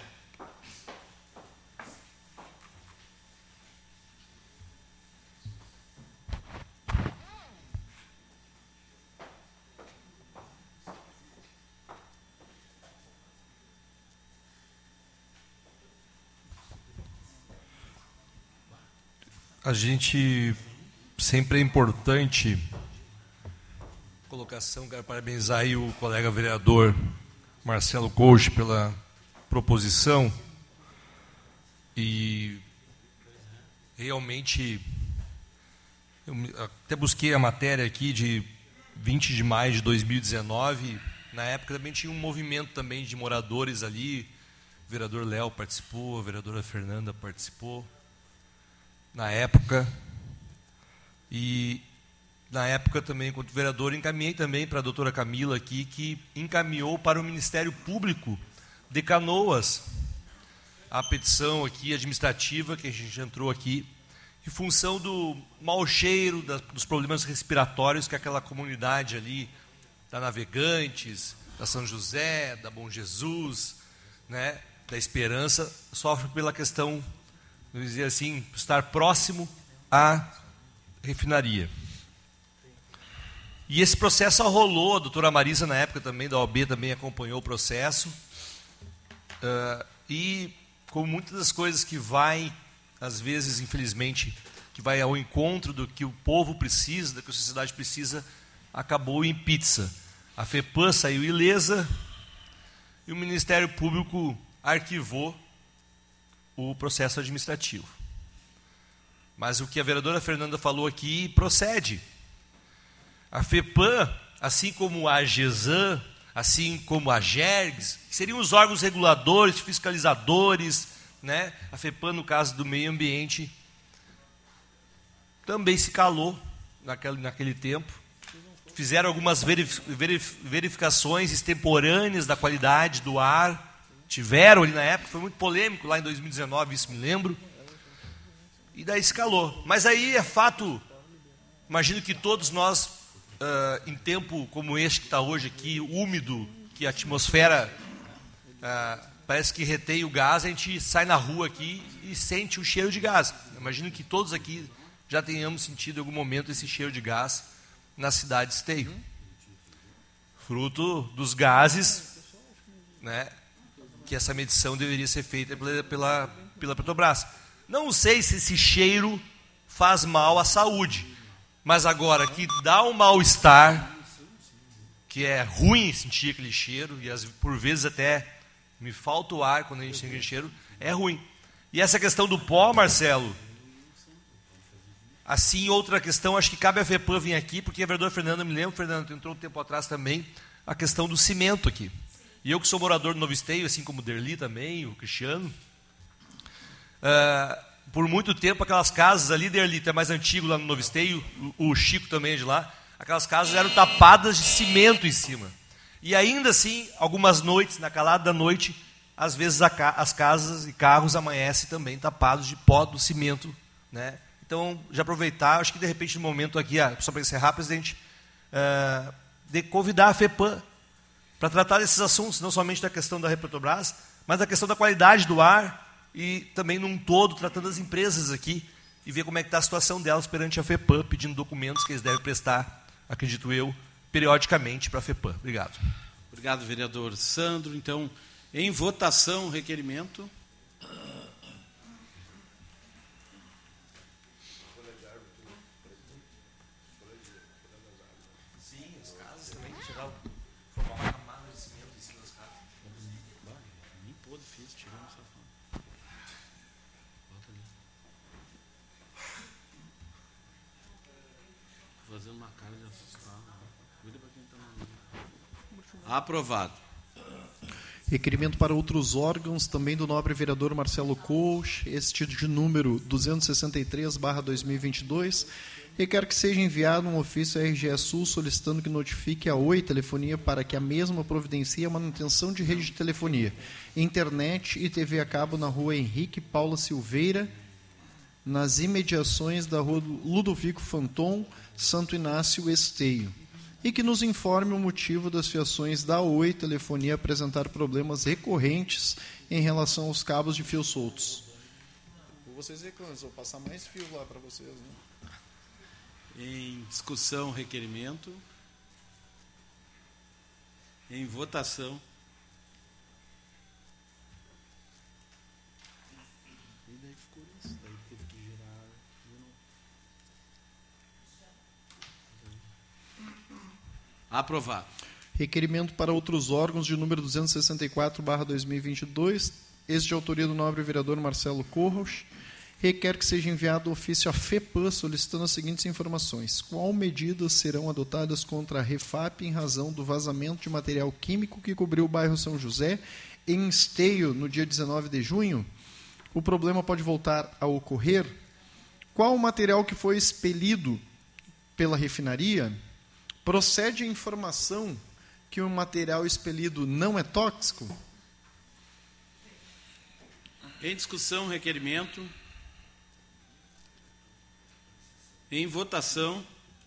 Speaker 8: A gente sempre é importante colocação, quero parabenizar aí o colega vereador Marcelo Corros pela proposição e realmente eu até busquei a matéria aqui de vinte de maio de dois mil e dezenove, Na época também tinha um movimento também de moradores ali, o vereador Léo participou, a vereadora Fernanda participou, na época. E na época também, enquanto vereador, encaminhei também para a doutora Camila aqui, que encaminhou para o Ministério Público de Canoas a petição aqui administrativa, que a gente entrou aqui, em função do mau cheiro, da, dos problemas respiratórios que aquela comunidade ali, da Navegantes, da São José, da Bom Jesus, né, da Esperança, sofre pela questão, vamos dizer assim, estar próximo à refinaria. E esse processo rolou, a doutora Marisa, na época também, da O A B, também acompanhou o processo. Uh, e, como muitas das coisas que vai, às vezes, infelizmente, que vai ao encontro do que o povo precisa, do que a sociedade precisa, acabou em pizza. A FEPAM saiu ilesa e o Ministério Público arquivou o processo administrativo. Mas o que a vereadora Fernanda falou aqui procede. A FEPAM, assim como a AGESAN, assim como a GERGS, que seriam os órgãos reguladores, fiscalizadores, né? A FEPAM, no caso do meio ambiente, também se calou naquele, naquele tempo. Fizeram algumas verif, verif, verificações extemporâneas da qualidade do ar, tiveram ali na época, foi muito polêmico lá em dois mil e dezenove, isso me lembro, e daí se calou. Mas aí é fato, imagino que todos nós, uh, em tempo como este que está hoje aqui, úmido, que a atmosfera uh, parece que retém o gás, a gente sai na rua aqui e sente o cheiro de gás. Imagino que todos aqui já tenhamos sentido em algum momento esse cheiro de gás na cidade de Esteio, fruto dos gases, né, que essa medição deveria ser feita pela, pela, pela Petrobras. Não sei se esse cheiro faz mal à saúde, mas agora que dá um mal-estar, que é ruim sentir aquele cheiro, e as, por vezes até me falta o ar quando a gente tem aquele cheiro, é ruim. E essa questão do pó, Marcelo, assim, outra questão, acho que cabe a FEPAM vir aqui, porque a vereadora Fernanda, me lembro, Fernanda, entrou um tempo atrás também, a questão do cimento aqui. E eu que sou morador do Novo Esteio, assim como o Derli também, o Cristiano, uh, por muito tempo aquelas casas ali, Derli, é mais antigo lá no Novo Esteio, o, o Chico também é de lá, aquelas casas eram tapadas de cimento em cima. E ainda assim, algumas noites, na calada da noite, às vezes a, as casas e carros amanhecem também tapados de pó do cimento, né? Então, já aproveitar, acho que de repente no momento aqui, ah, só para encerrar, presidente, uh, de convidar a FEPAM para tratar desses assuntos, não somente da questão da Petrobras, mas da questão da qualidade do ar e também num todo, tratando as empresas aqui e ver como é que está a situação delas perante a FEPAM, pedindo documentos que eles devem prestar, acredito eu, periodicamente para a FEPAM. Obrigado.
Speaker 1: Obrigado, vereador Sandro. Então, em votação, o requerimento.
Speaker 5: Fazendo uma cara de assustado. Cuida para quem está
Speaker 1: na... Aprovado.
Speaker 2: Requerimento para outros órgãos, também do nobre vereador Marcelo Couch, este de número duzentos e sessenta e três barra dois mil e vinte e dois, requer que seja enviado um ofício à R G E Sul solicitando que notifique a Oi Telefonia para que a mesma providencie a manutenção de rede de telefonia, internet e T V a cabo na rua Henrique Paula Silveira, nas imediações da rua Ludovico Fanton, Santo Inácio Esteio, e que nos informe o motivo das fiações da Oi Telefonia apresentar problemas recorrentes em relação aos cabos de fios soltos. Vocês reclamam, vou passar mais fio lá para vocês, né?
Speaker 1: Em discussão, requerimento. Em votação. Aprovado.
Speaker 2: Requerimento para outros órgãos de número duzentos e sessenta e quatro barra dois mil e vinte e dois, este de autoria do nobre vereador Marcelo Couch, requer que seja enviado ofício à FEPAM solicitando as seguintes informações. Qual medidas serão adotadas contra a Refap em razão do vazamento de material químico que cobriu o bairro São José em Esteio no dia dezenove de junho? O problema pode voltar a ocorrer? Qual o material que foi expelido pela refinaria? Procede a informação que o material expelido não é tóxico?
Speaker 1: Em discussão, requerimento. Em votação.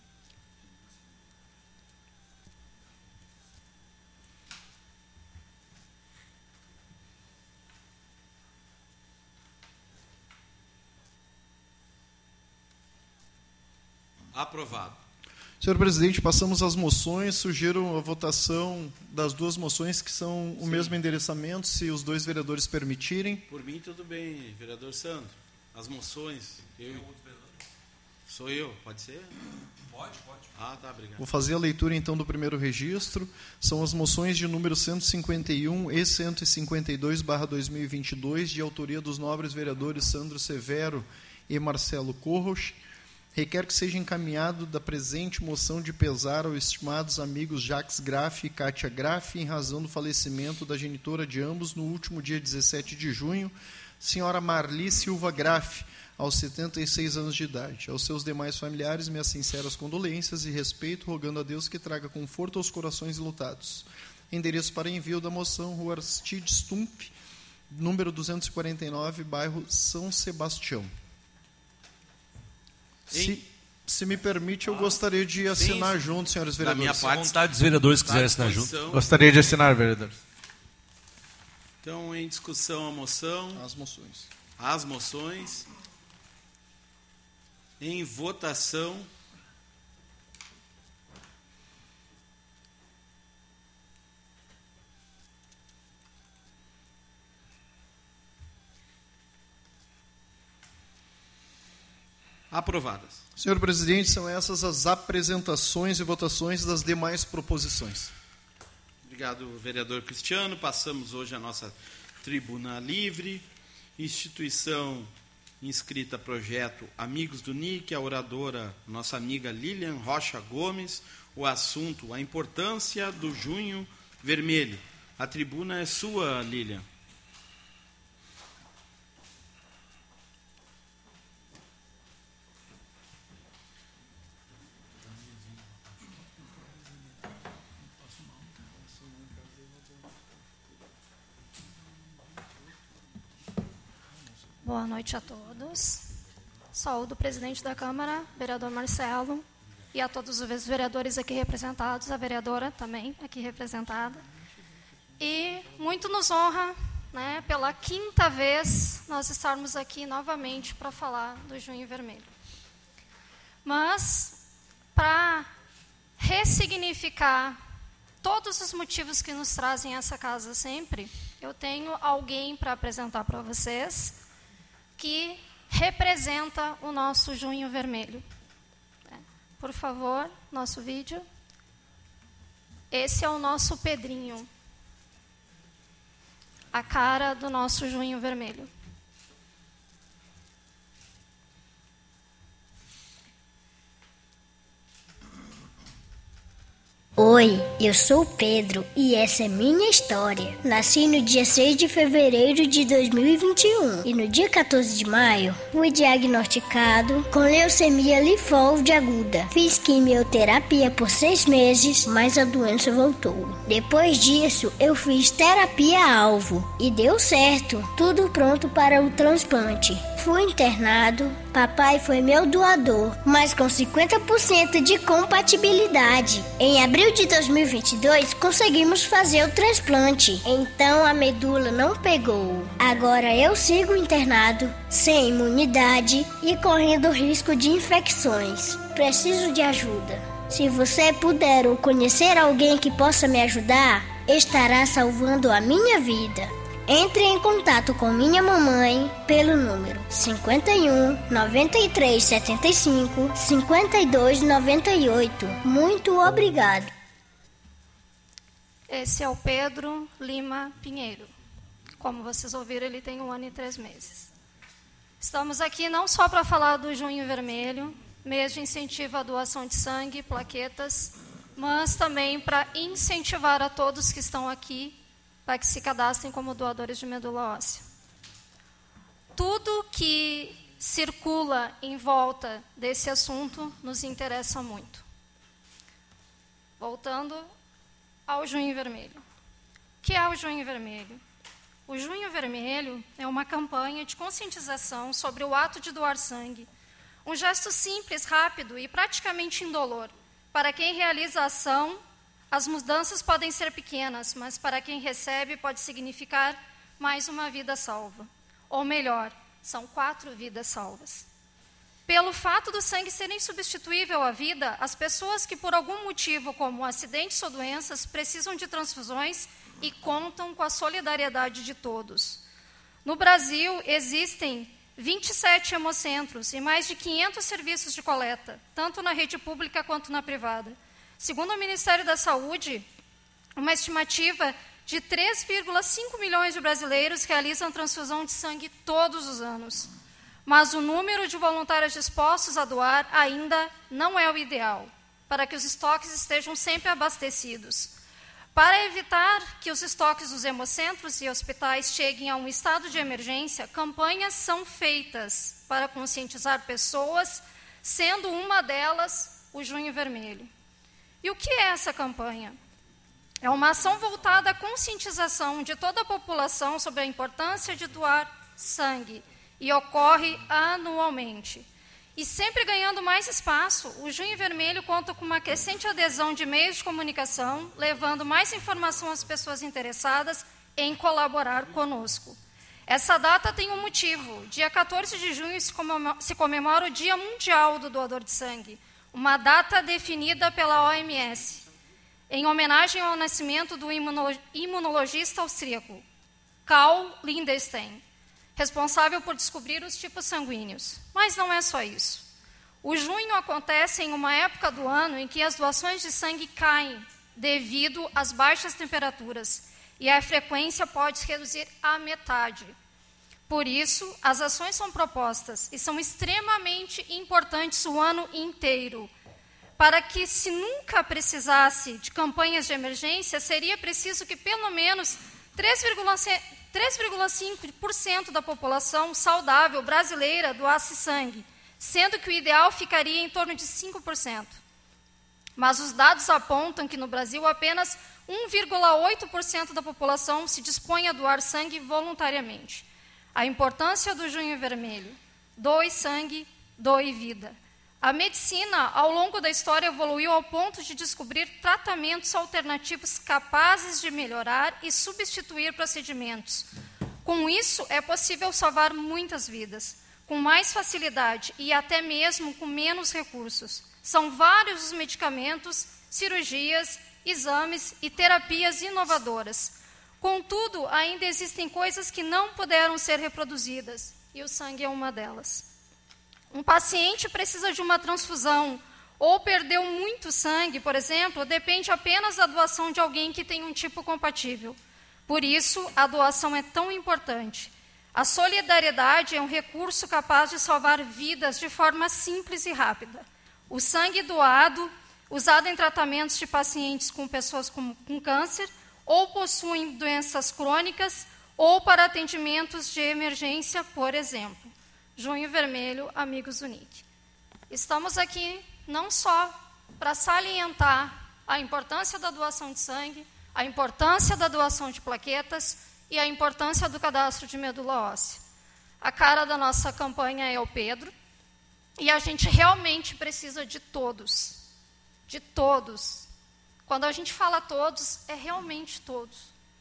Speaker 1: Aprovado.
Speaker 2: Senhor presidente, passamos às moções. Sugiro a votação das duas moções que são o
Speaker 1: Sim.
Speaker 2: mesmo endereçamento, se os dois vereadores permitirem.
Speaker 1: Por mim, tudo bem, vereador Sandro. As moções. Eu. Sou eu, pode ser?
Speaker 8: Pode, pode.
Speaker 1: Ah, tá, obrigado.
Speaker 2: Vou fazer a leitura, então, do primeiro registro. São as moções de número cento e cinquenta e um e cento e cinquenta e dois barra dois mil e vinte e dois, de autoria dos nobres vereadores Sandro Severo e Marcelo Corros. Requer que seja encaminhado da presente moção de pesar aos estimados amigos Jacques Graff e Kátia Graff, em razão do falecimento da genitora de ambos no último dia dezessete de junho, senhora Marli Silva Graff, aos setenta e seis anos de idade. Aos seus demais familiares, minhas sinceras condolências e respeito, rogando a Deus que traga conforto aos corações lutados. Endereço para envio da moção, Rua Aristides Stumpf, número duzentos e quarenta e nove, bairro São Sebastião. Se, se me permite, eu ah, gostaria de assinar sim, junto, senhores vereadores.
Speaker 1: Da minha parte,
Speaker 8: vontade dos vereadores quiserem assinar junto.
Speaker 3: Gostaria de assinar, vereador.
Speaker 1: Então, em discussão a moção.
Speaker 2: As moções.
Speaker 1: As moções. Em votação. Aprovadas.
Speaker 2: Senhor presidente, são essas as apresentações e votações das demais proposições.
Speaker 1: Obrigado, vereador Cristiano. Passamos hoje a nossa tribuna livre. Instituição inscrita a projeto Amigos do N I C, a oradora, nossa amiga Lilian Rocha Gomes. O assunto, a importância do Junho Vermelho. A tribuna é sua, Lilian.
Speaker 9: Boa noite a todos. Saúdo o presidente da Câmara, vereador Marcelo, e a todos os vereadores aqui representados, a vereadora também aqui representada. E muito nos honra, né, pela quinta vez, nós estarmos aqui novamente para falar do Junho Vermelho. Mas, para ressignificar todos os motivos que nos trazem a essa casa sempre, eu tenho alguém para apresentar para vocês, que representa o nosso Junho Vermelho. Por favor, nosso vídeo. Esse é o nosso Pedrinho. A cara do nosso Junho Vermelho.
Speaker 10: Oi, eu sou o Pedro e essa é minha história. Nasci no dia seis de fevereiro de dois mil e vinte e um e no dia quatorze de maio fui diagnosticado com leucemia linfóide aguda. Fiz quimioterapia por seis meses, mas a doença voltou. Depois disso, eu fiz terapia-alvo e deu certo, tudo pronto para o transplante. Fui internado, papai foi meu doador, mas com cinquenta por cento de compatibilidade. Em abril de dois mil e vinte e dois, conseguimos fazer o transplante, então a medula não pegou. Agora eu sigo internado, sem imunidade e correndo risco de infecções. Preciso de ajuda. Se você puder ou conhecer alguém que possa me ajudar, estará salvando a minha vida. Entre em contato com minha mamãe pelo número cinquenta e um, noventa e três, setenta e cinco, cinquenta e dois, noventa e oito. Muito obrigado.
Speaker 9: Esse é o Pedro Lima Pinheiro. Como vocês ouviram, ele tem um ano e três meses. Estamos aqui não só para falar do Junho Vermelho, mês de incentivo à doação de sangue, plaquetas, mas também para incentivar a todos que estão aqui para que se cadastrem como doadores de medula óssea. Tudo que circula em volta desse assunto nos interessa muito. Voltando ao Junho Vermelho. O que é o Junho Vermelho? O Junho Vermelho é uma campanha de conscientização sobre o ato de doar sangue, um gesto simples, rápido e praticamente indolor. Para quem realiza a ação, as mudanças podem ser pequenas, mas para quem recebe pode significar mais uma vida salva. Ou melhor, são quatro vidas salvas. Pelo fato do sangue ser insubstituível à vida, as pessoas que por algum motivo, como acidentes ou doenças, precisam de transfusões e contam com a solidariedade de todos. No Brasil, existem vinte e sete hemocentros e mais de quinhentos serviços de coleta, tanto na rede pública quanto na privada. Segundo o Ministério da Saúde, uma estimativa de três vírgula cinco milhões de brasileiros realizam transfusão de sangue todos os anos. Mas o número de voluntários dispostos a doar ainda não é o ideal, para que os estoques estejam sempre abastecidos. Para evitar que os estoques dos hemocentros e hospitais cheguem a um estado de emergência, campanhas são feitas para conscientizar pessoas, sendo uma delas o Junho Vermelho. E o que é essa campanha? É uma ação voltada à conscientização de toda a população sobre a importância de doar sangue e ocorre anualmente. E sempre ganhando mais espaço, o Junho Vermelho conta com uma crescente adesão de meios de comunicação, levando mais informação às pessoas interessadas em colaborar conosco. Essa data tem um motivo. Dia quatorze de junho se comemora o Dia Mundial do Doador de Sangue, uma data definida pela O M S, em homenagem ao nascimento do imunologista austríaco Karl Lindenstein, responsável por descobrir os tipos sanguíneos. Mas não é só isso. O junho acontece em uma época do ano em que as doações de sangue caem devido às baixas temperaturas e a frequência pode se reduzir à metade. Por isso, as ações são propostas e são extremamente importantes o ano inteiro. Para que, se nunca precisasse de campanhas de emergência, seria preciso que pelo menos três vírgula cinco por cento da população saudável brasileira doasse sangue, sendo que o ideal ficaria em torno de cinco por cento. Mas os dados apontam que no Brasil apenas um vírgula oito por cento da população se dispõe a doar sangue voluntariamente. A importância do Junho Vermelho: doe sangue, doe vida. A medicina, ao longo da história, evoluiu ao ponto de descobrir tratamentos alternativos capazes de melhorar e substituir procedimentos. Com isso, é possível salvar muitas vidas, com mais facilidade e até mesmo com menos recursos. São vários os medicamentos, cirurgias, exames e terapias inovadoras. Contudo, ainda existem coisas que não puderam ser reproduzidas, e o sangue é uma delas. Um paciente precisa de uma transfusão ou perdeu muito sangue, por exemplo, depende apenas da doação de alguém que tem um tipo compatível. Por isso, a doação é tão importante. A solidariedade é um recurso capaz de salvar vidas de forma simples e rápida. O sangue doado, usado em tratamentos de pacientes com pessoas com, com câncer, ou possuem doenças crônicas, ou para atendimentos de emergência, por exemplo. Junho Vermelho, amigos do N I C. Estamos aqui não só para salientar a importância da doação de sangue, a importância da doação de plaquetas e a importância do cadastro de medula óssea. A cara da nossa campanha é o Pedro, e a gente realmente precisa de todos, de todos. Quando a gente fala todos, é realmente todos.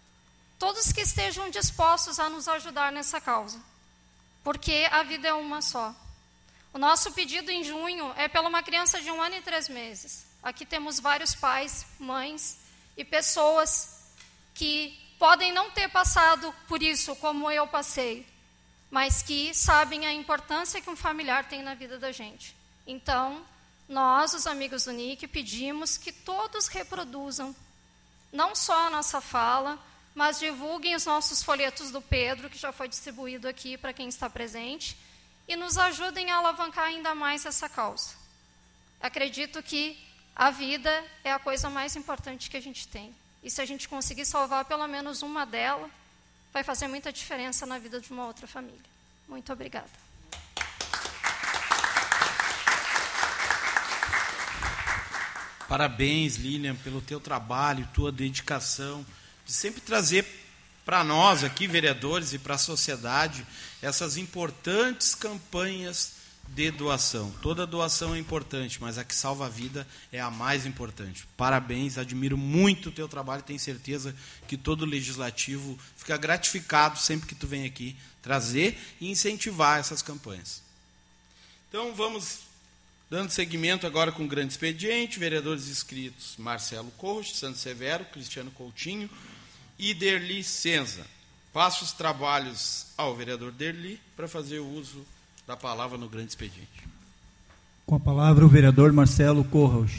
Speaker 9: Todos que estejam dispostos a nos ajudar nessa causa. Porque a vida é uma só. O nosso pedido em junho é pela uma criança de um ano e três meses. Aqui temos vários pais, mães e pessoas que podem não ter passado por isso como eu passei, mas que sabem a importância que um familiar tem na vida da gente. Então, nós, os amigos do N I C, pedimos que todos reproduzam, não só a nossa fala, mas divulguem os nossos folhetos do Pedro, que já foi distribuído aqui para quem está presente, e nos ajudem a alavancar ainda mais essa causa. Acredito que a vida é a coisa mais importante que a gente tem. E se a gente conseguir salvar pelo menos uma delas, vai fazer muita diferença na vida de uma outra família. Muito obrigada.
Speaker 1: Parabéns, Lilian, pelo teu trabalho, tua dedicação, de sempre trazer para nós aqui, vereadores, e para a sociedade, essas importantes campanhas de doação. Toda doação é importante, mas a que salva a vida é a mais importante. Parabéns, admiro muito o teu trabalho, tenho certeza que todo legislativo fica gratificado sempre que tu vem aqui trazer e incentivar essas campanhas. Então, vamos dando seguimento agora com o grande expediente. Vereadores inscritos: Marcelo Corros, Santos Severo, Cristiano Coutinho e Derli Senza. Passo os trabalhos ao vereador Derli para fazer o uso da palavra no grande expediente.
Speaker 6: Com a palavra o vereador Marcelo Corros.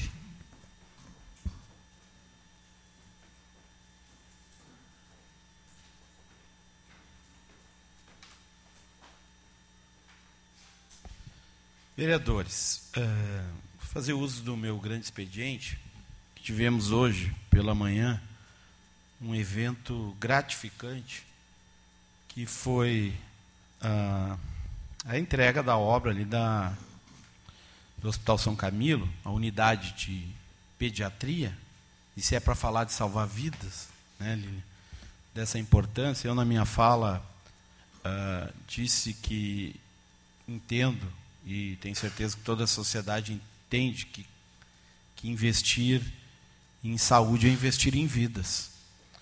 Speaker 1: Vereadores, uh, vou fazer uso do meu grande expediente, que tivemos hoje pela manhã um evento gratificante, que foi uh, a entrega da obra ali da, do Hospital São Camilo, a unidade de pediatria. E se é para falar de salvar vidas, né, Lili, dessa importância, eu na minha fala uh, disse que entendo, e tenho certeza que toda a sociedade entende que, que investir em saúde é investir em vidas.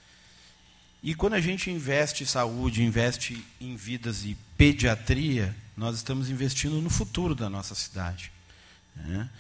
Speaker 1: E quando a gente investe em saúde, investe em vidas e pediatria, nós estamos investindo no futuro da nossa cidade, né?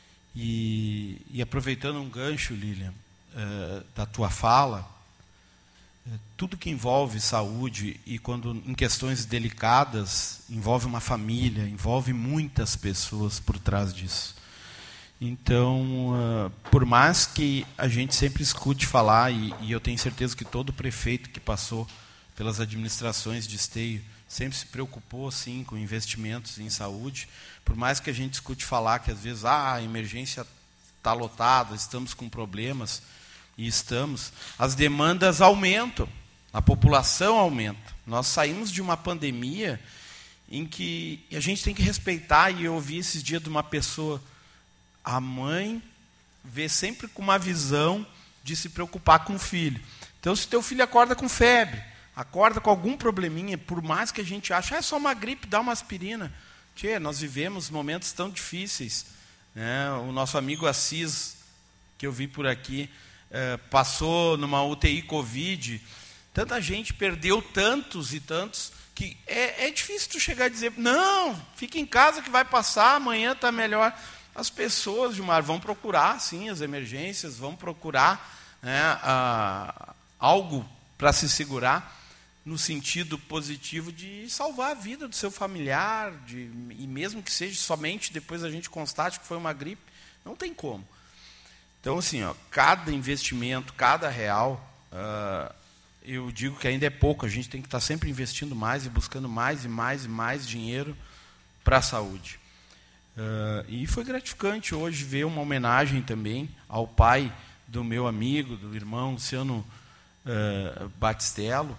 Speaker 1: E, e aproveitando um gancho, Lilian, uh, da tua fala, uh, tudo que envolve saúde, e quando em questões delicadas, envolve uma família, envolve muitas pessoas por trás disso. Então, uh, por mais que a gente sempre escute falar, e, e eu tenho certeza que todo prefeito que passou pelas administrações de Esteio sempre se preocupou, sim, com investimentos em saúde, por mais que a gente escute falar que às vezes ah, a emergência está lotada, estamos com problemas, e estamos, as demandas aumentam, a população aumenta. Nós saímos de uma pandemia em que a gente tem que respeitar, e eu ouvi esses dias de uma pessoa, a mãe vê sempre com uma visão de se preocupar com o filho. Então, se teu filho acorda com febre, acorda com algum probleminha, por mais que a gente ache, ah, é só uma gripe, dá uma aspirina. Tchê, nós vivemos momentos tão difíceis, né? O nosso amigo Assis, que eu vi por aqui, eh, passou numa U T I Covid. Tanta gente perdeu tantos e tantos, que é, é difícil tu chegar a dizer, não, fica em casa que vai passar, amanhã está melhor. As pessoas, Gilmar, vão procurar, sim, as emergências, vão procurar, né, a, algo para se segurar, no sentido positivo de salvar a vida do seu familiar, de, e mesmo que seja somente depois a gente constate que foi uma gripe, não tem como. Então, assim, ó, cada investimento, cada real, uh, eu digo que ainda é pouco, a gente tem que estar sempre investindo mais e buscando mais e mais e mais dinheiro para a saúde. Uh, e foi gratificante hoje ver uma homenagem também ao pai do meu amigo, do irmão Luciano uh, Batistello,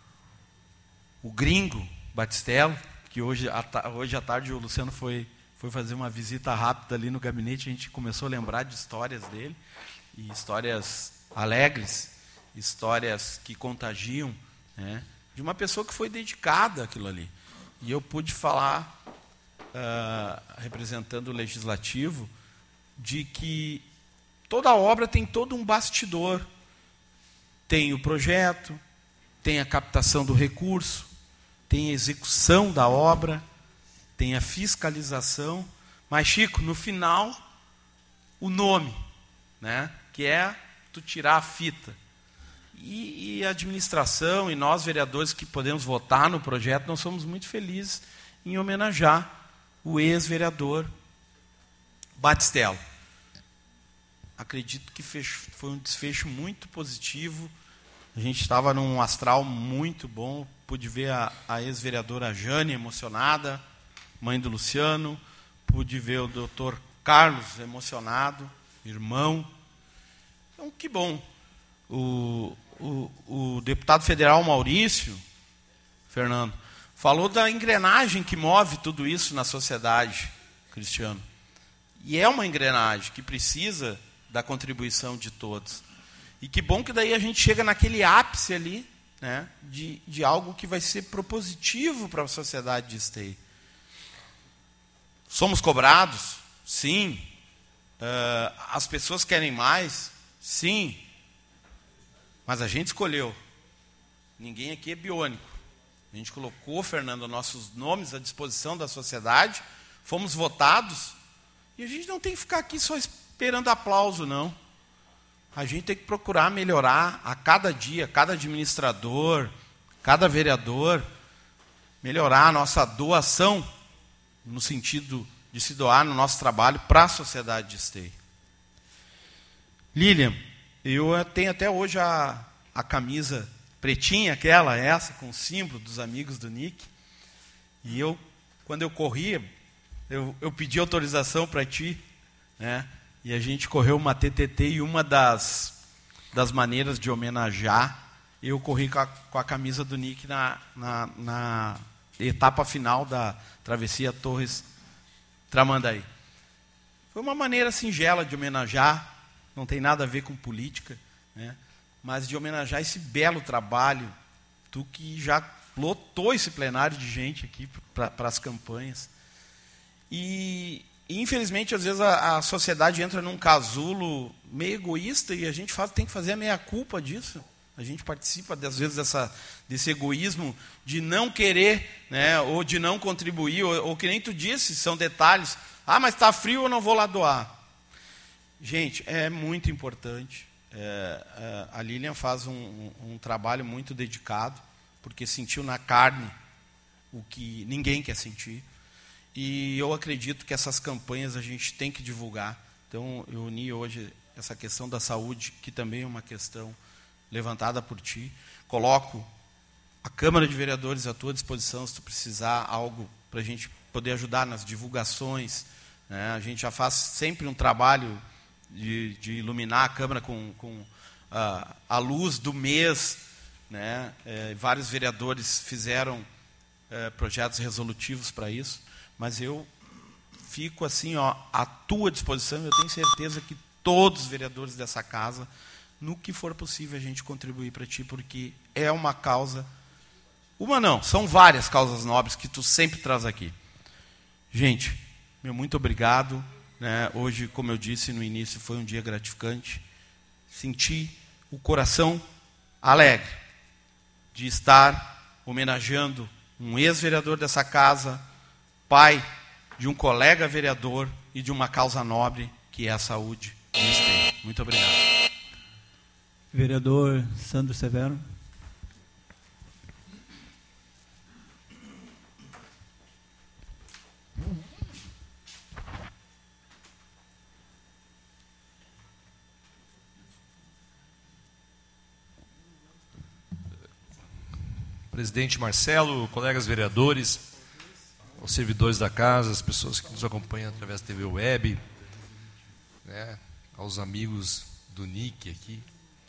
Speaker 1: o gringo Batistello, que hoje, hoje à tarde o Luciano foi, foi fazer uma visita rápida ali no gabinete, a gente começou a lembrar de histórias dele, e histórias alegres, histórias que contagiam, né, de uma pessoa que foi dedicada àquilo ali. E eu pude falar, Uh, representando o legislativo, de que toda obra tem todo um bastidor. Tem o projeto, tem a captação do recurso, tem a execução da obra, tem a fiscalização, mas, Chico, no final, o nome, né, que é tu tirar a fita. E, e a administração, e nós, vereadores, que podemos votar no projeto, nós somos muito felizes em homenagear o ex-vereador Batistello. Acredito que fecho, foi um desfecho muito positivo. A gente estava num astral muito bom. Pude ver a, a ex-vereadora Jane emocionada, mãe do Luciano, pude ver o doutor Carlos emocionado, irmão. Então, que bom. O, o, o deputado federal Maurício, Fernando, falou da engrenagem que move tudo isso na sociedade, Cristiano. E é uma engrenagem que precisa da contribuição de todos. E que bom que daí a gente chega naquele ápice ali, né, de, de algo que vai ser propositivo para a sociedade de Esteio. Somos cobrados? Sim. Uh, as pessoas querem mais? Sim. Mas a gente escolheu. Ninguém aqui é biônico. A gente colocou, Fernando, nossos nomes à disposição da sociedade, fomos votados, e a gente não tem que ficar aqui só esperando aplauso, não. A gente tem que procurar melhorar a cada dia, cada administrador, cada vereador, melhorar a nossa doação, no sentido de se doar no nosso trabalho para a sociedade de Esteio. Lilian, eu tenho até hoje a, a camisa pretinha, aquela, essa, com o símbolo dos amigos do Nick. E eu, quando eu corria, eu, eu pedi autorização para ti, né? E a gente correu uma T T T, e uma das, das maneiras de homenagear, eu corri com a, com a camisa do Nick na, na, na etapa final da travessia Torres Tramandaí. Foi uma maneira singela de homenagear, não tem nada a ver com política, né? Mas de homenagear esse belo trabalho, tu que já lotou esse plenário de gente aqui para as campanhas. E, e, infelizmente, às vezes a, a sociedade entra num casulo meio egoísta e a gente faz, tem que fazer a meia-culpa disso. A gente participa, às vezes, dessa, desse egoísmo de não querer, né, ou de não contribuir, ou, ou que nem tu disse, são detalhes. Ah, mas está frio, eu não vou lá doar. Gente, é muito importante. É, é, a Lilian faz um, um, um trabalho muito dedicado, porque sentiu na carne o que ninguém quer sentir. E eu acredito que essas campanhas a gente tem que divulgar. Então, eu uni hoje essa questão da saúde, que também é uma questão levantada por ti. Coloco a Câmara de Vereadores à tua disposição, se tu precisar algo para a gente poder ajudar nas divulgações, né? A gente já faz sempre um trabalho de, de iluminar a Câmara com, com a, a luz do mês, né? É, vários vereadores fizeram é, projetos resolutivos para isso, mas eu fico assim, ó, à tua disposição. Eu tenho certeza que todos os vereadores dessa casa, no que for possível, a gente contribuir para ti, porque é uma causa, uma não, são várias causas nobres que tu sempre traz aqui. Gente, meu muito obrigado, né? Hoje, como eu disse no início, foi um dia gratificante. Senti o coração alegre de estar homenageando um ex-vereador dessa casa, pai de um colega vereador e de uma causa nobre, que é a saúde do Esteio. Muito obrigado.
Speaker 6: Vereador Sandro Severo.
Speaker 8: Presidente Marcelo, colegas vereadores, aos servidores da casa, as pessoas que nos acompanham através da T V Web, né, aos amigos do Nick aqui.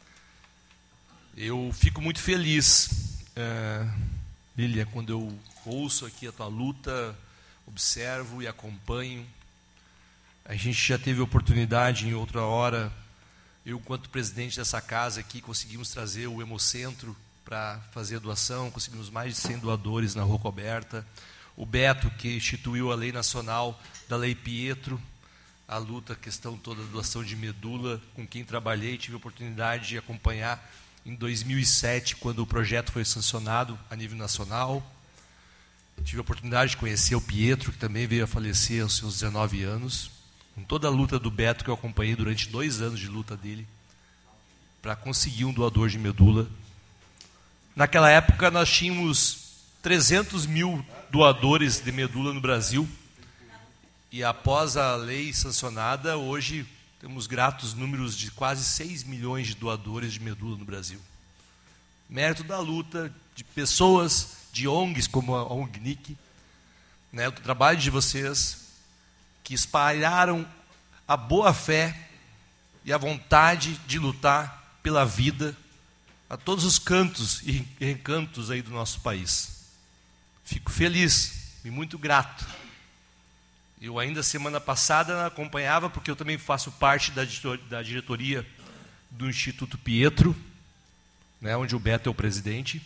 Speaker 8: Eu fico muito feliz, é, Lilian, quando eu ouço aqui a tua luta, observo e acompanho. A gente já teve oportunidade em outra hora, eu, enquanto presidente dessa casa aqui, conseguimos trazer o Hemocentro para fazer a doação, conseguimos mais de cem doadores na Rua Coberta. O Beto, que instituiu a lei nacional da Lei Pietro, a luta, a questão toda da doação de medula, com quem trabalhei, tive a oportunidade de acompanhar em dois mil e sete, quando o projeto foi sancionado a nível nacional. Tive a oportunidade de conhecer o Pietro, que também veio a falecer aos seus dezenove anos, com toda a luta do Beto, que eu acompanhei durante dois anos de luta dele, para conseguir um doador de medula. Naquela época, nós tínhamos trezentos mil doadores de medula no Brasil, e após a lei sancionada, hoje temos gratos números de quase seis milhões de doadores de medula no Brasil. Mérito da luta de pessoas, de O N Gs como a O N G Nick, né, o trabalho de vocês, que espalharam a boa fé e a vontade de lutar pela vida a todos os cantos e recantos aí do nosso país. Fico feliz e muito grato. Eu ainda semana passada acompanhava, porque eu também faço parte da diretoria do Instituto Pietro, né, onde o Beto é o presidente,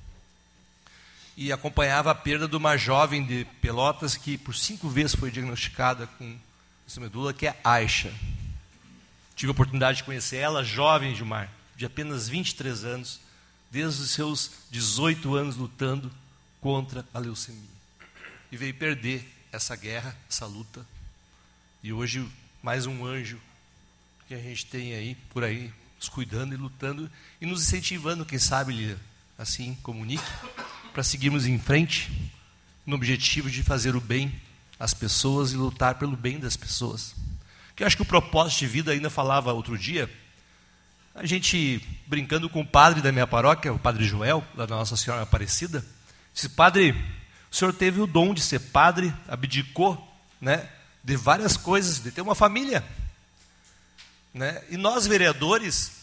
Speaker 8: e acompanhava a perda de uma jovem de Pelotas que por cinco vezes foi diagnosticada com medula, que é a Aisha. Tive a oportunidade de conhecer ela, jovem, Gilmar, de apenas vinte e três anos, desde os seus dezoito anos lutando contra a leucemia. E veio perder essa guerra, essa luta. E hoje, mais um anjo que a gente tem aí, por aí, nos cuidando e lutando, e nos incentivando, quem sabe, assim como o Nick, para seguirmos em frente, no objetivo de fazer o bem às pessoas e lutar pelo bem das pessoas. Que eu acho que o propósito de vida, ainda falava outro dia, a gente brincando com o padre da minha paróquia, o padre Joel, da Nossa Senhora Aparecida, disse: padre, o senhor teve o dom de ser padre, abdicou, né, de várias coisas, de ter uma família, né? E nós vereadores,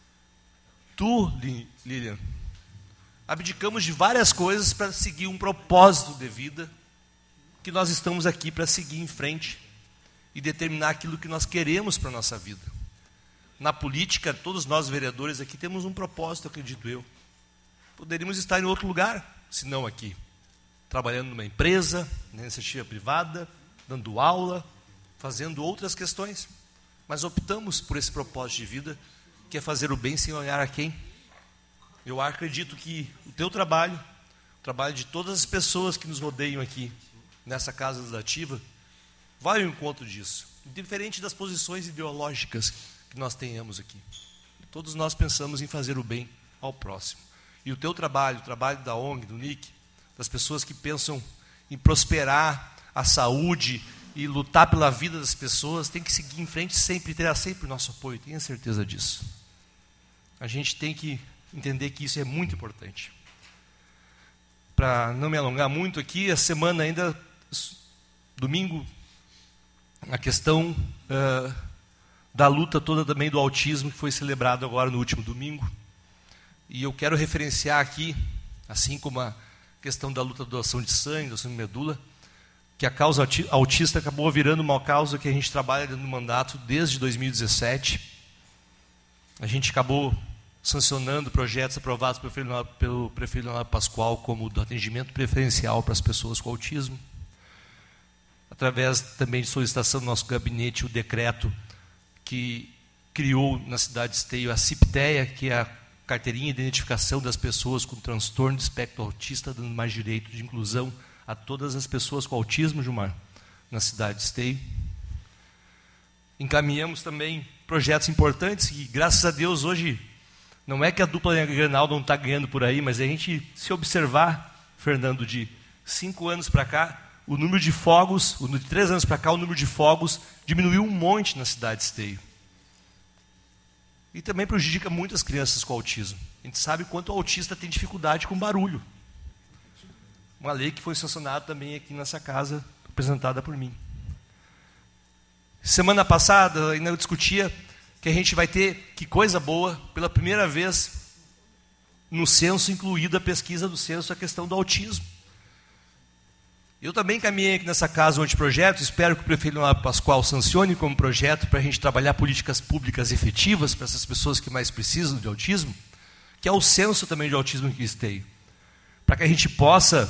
Speaker 8: tu, Lilian, abdicamos de várias coisas para seguir um propósito de vida, que nós estamos aqui para seguir em frente e determinar aquilo que nós queremos para a nossa vida. Na política, todos nós vereadores aqui temos um propósito, acredito eu. Poderíamos estar em outro lugar, se não aqui. Trabalhando numa empresa, na iniciativa privada, dando aula, fazendo outras questões. Mas optamos por esse propósito de vida, que é fazer o bem sem olhar a quem. Eu acredito que o teu trabalho, o trabalho de todas as pessoas que nos rodeiam aqui, nessa casa legislativa, vai ao encontro disso. Diferente das posições ideológicas que nós tenhamos aqui. Todos nós pensamos em fazer o bem ao próximo. E o teu trabalho, o trabalho da O N G, do Nick, das pessoas que pensam em prosperar a saúde e lutar pela vida das pessoas, tem que seguir em frente sempre, terá sempre o nosso apoio, tenha certeza disso. A gente tem que entender que isso é muito importante. Para não me alongar muito aqui, a semana ainda, domingo, a questão uh, da luta toda também do autismo, que foi celebrado agora no último domingo. E eu quero referenciar aqui, assim como a questão da luta da doação de sangue, doação de medula, que a causa autista acabou virando uma causa que a gente trabalha no mandato desde dois mil e dezessete. A gente acabou sancionando projetos aprovados pelo prefeito, pelo prefeito Leonardo Pascoal, como do atendimento preferencial para as pessoas com autismo. Através também de solicitação do nosso gabinete, o decreto que criou na cidade de Esteio a CIPTEA, que é a carteirinha de identificação das pessoas com transtorno de espectro autista, dando mais direito de inclusão a todas as pessoas com autismo, Gilmar, na cidade de Esteio. Encaminhamos também projetos importantes e, graças a Deus, hoje, não é que a dupla Grenal não está ganhando por aí, mas a gente, se observar, Fernando, de cinco anos para cá, o número de fogos, de três anos para cá, o número de fogos diminuiu um monte na cidade de Esteio. E também prejudica muitas crianças com autismo. A gente sabe quanto o autista tem dificuldade com barulho. Uma lei que foi sancionada também aqui nessa casa, apresentada por mim. Semana passada, ainda eu discutia que a gente vai ter, que coisa boa, pela primeira vez no censo, incluída a pesquisa do censo, a questão do autismo. Eu também caminhei aqui nessa casa um anteprojeto, espero que o prefeito Leonardo Pascoal sancione como projeto para a gente trabalhar políticas públicas efetivas para essas pessoas que mais precisam de autismo, que é o censo também de autismo que Esteio, para que a gente possa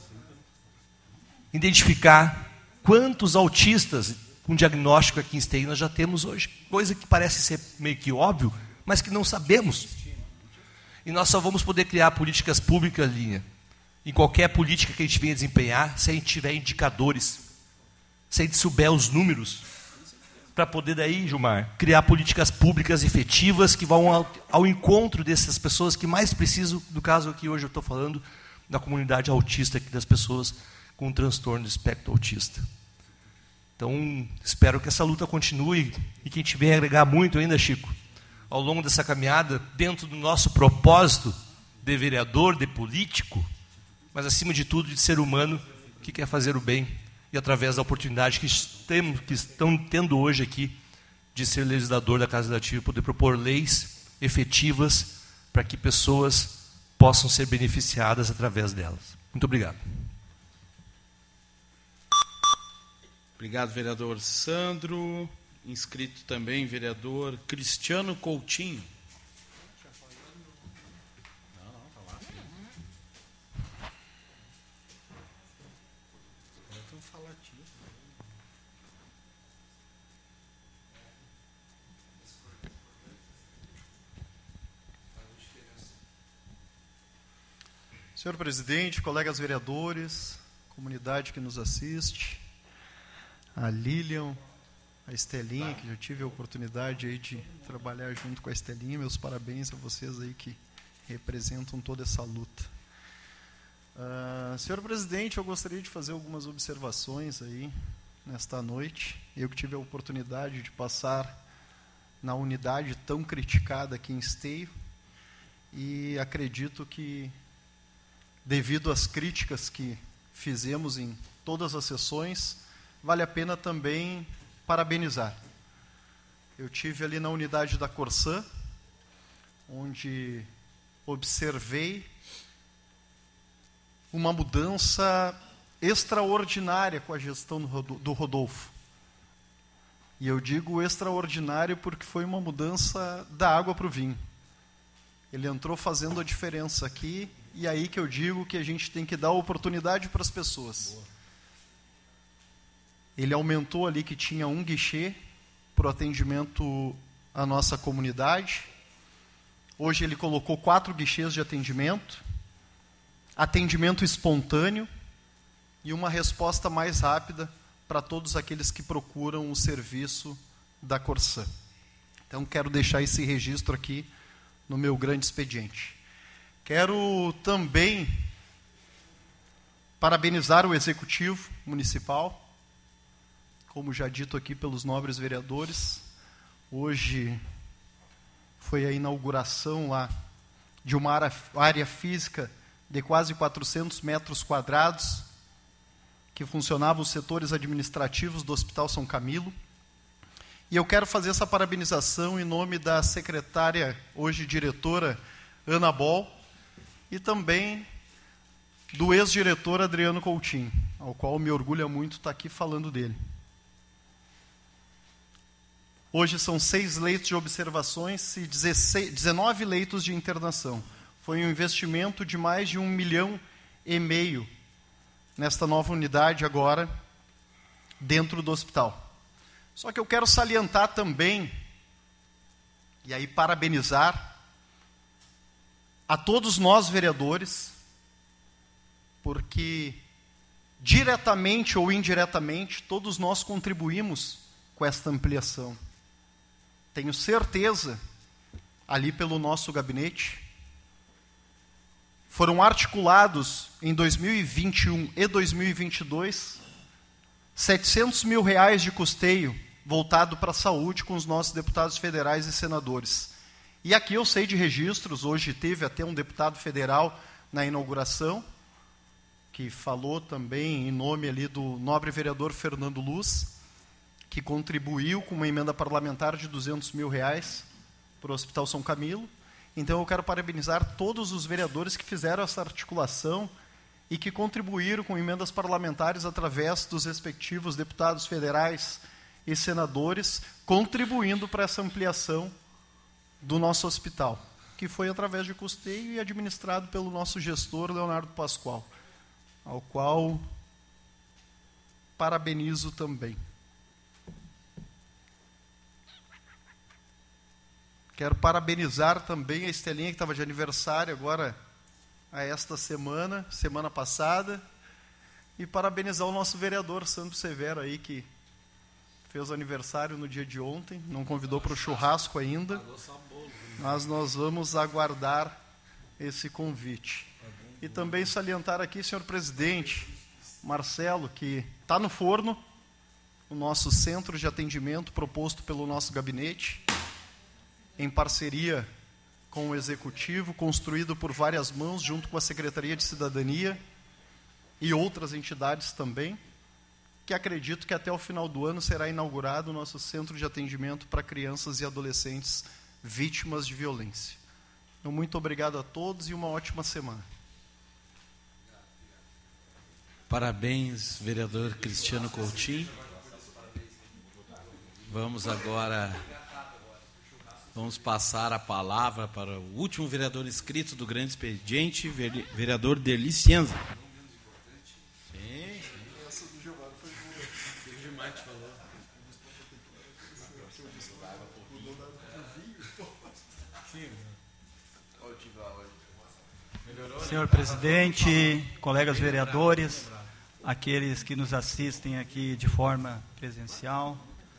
Speaker 8: identificar quantos autistas com diagnóstico aqui em Esteio nós já temos hoje, coisa que parece ser meio que óbvio, mas que não sabemos. E nós só vamos poder criar políticas públicas, linha, em qualquer política que a gente venha desempenhar, se a gente tiver indicadores, se a gente souber os números, para poder daí, Gilmar, criar políticas públicas efetivas que vão ao, ao encontro dessas pessoas que mais precisam, no caso aqui hoje eu estou falando da comunidade autista, aqui, das pessoas com transtorno de espectro autista. Então, espero que essa luta continue e que a gente venha agregar muito ainda, Chico, ao longo dessa caminhada, dentro do nosso propósito de vereador, de político, mas acima de tudo de ser humano, que quer fazer o bem e através da oportunidade que, temos, que estão tendo hoje aqui de ser legislador da Casa Legislativa, poder propor leis efetivas para que pessoas possam ser beneficiadas através delas. Muito obrigado.
Speaker 1: Obrigado, vereador Sandro. Inscrito também, vereador Cristiano Coutinho. Não, não, tá lá. Então fala aqui.
Speaker 2: Senhor presidente, colegas vereadores, comunidade que nos assiste, a Lilian, a Estelinha, que já tive a oportunidade aí de trabalhar junto com a Estelinha, meus parabéns a vocês aí que representam toda essa luta. Uh, senhor presidente, eu gostaria de fazer algumas observações aí nesta noite. Eu que tive a oportunidade de passar na unidade tão criticada aqui em Esteio, e acredito que, devido às críticas que fizemos em todas as sessões, vale a pena também parabenizar. Eu tive ali na unidade da Corsã, onde observei uma mudança extraordinária com a gestão do Rodolfo. E eu digo extraordinário porque foi uma mudança da água para o vinho. Ele entrou fazendo a diferença aqui, e aí que eu digo que a gente tem que dar oportunidade para as pessoas. Boa. Ele aumentou ali que tinha um guichê para o atendimento à nossa comunidade. Hoje ele colocou quatro guichês de atendimento, atendimento espontâneo e uma resposta mais rápida para todos aqueles que procuram o serviço da Corsã. Então, quero deixar esse registro aqui no meu grande expediente. Quero também parabenizar o Executivo Municipal, como já dito aqui pelos nobres vereadores. Hoje foi a inauguração lá de uma área, área física de quase quatrocentos metros quadrados, que funcionava os setores administrativos do Hospital São Camilo. E eu quero fazer essa parabenização em nome da secretária, hoje diretora, Ana Bol, e também do ex-diretor Adriano Coutinho, ao qual me orgulha muito estar aqui falando dele. Hoje são seis leitos de observações e dezenove leitos de internação. Foi um investimento de mais de um milhão e meio nesta nova unidade agora, dentro do hospital. Só que eu quero salientar também, e aí parabenizar, a todos nós vereadores, porque diretamente ou indiretamente, todos nós contribuímos com esta ampliação. Tenho certeza, ali pelo nosso gabinete, foram articulados em dois mil e vinte e um e dois mil e vinte e dois setecentos mil reais de custeio voltado para a saúde com os nossos deputados federais e senadores. E aqui eu sei de registros, hoje teve até um deputado federal na inauguração, que falou também em nome ali do nobre vereador Fernando Luz, que contribuiu com uma emenda parlamentar de duzentos mil reais para o Hospital São Camilo. Então eu quero parabenizar todos os vereadores que fizeram essa articulação e que contribuíram com emendas parlamentares através dos respectivos deputados federais e senadores, contribuindo para essa ampliação do nosso hospital, que foi através de custeio e administrado pelo nosso gestor, Leonardo Pascoal, ao qual parabenizo também. Quero parabenizar também a Estelinha, que estava de aniversário agora, a esta semana, semana passada, e parabenizar o nosso vereador Sandro Severo aí, que fez aniversário no dia de ontem, não convidou para o churrasco ainda, mas nós vamos aguardar esse convite. E também salientar aqui, senhor presidente, Marcelo, que está no forno, o nosso centro de atendimento proposto pelo nosso gabinete, em parceria com o Executivo, construído por várias mãos, junto com a Secretaria de Cidadania, e outras entidades também, que acredito que até o final do ano será inaugurado o nosso centro de atendimento para crianças e adolescentes vítimas de violência. Então, muito obrigado a todos e uma ótima semana.
Speaker 1: Parabéns, vereador Cristiano Coutinho. Vamos agora, vamos passar a palavra para o último vereador inscrito do grande expediente, vereador Derli Cienza. Sim, essa do Giovanni foi boa. O que o Gilmar te falou?
Speaker 6: Senhor presidente, colegas vereadores, aqueles que nos assistem aqui de forma presencial,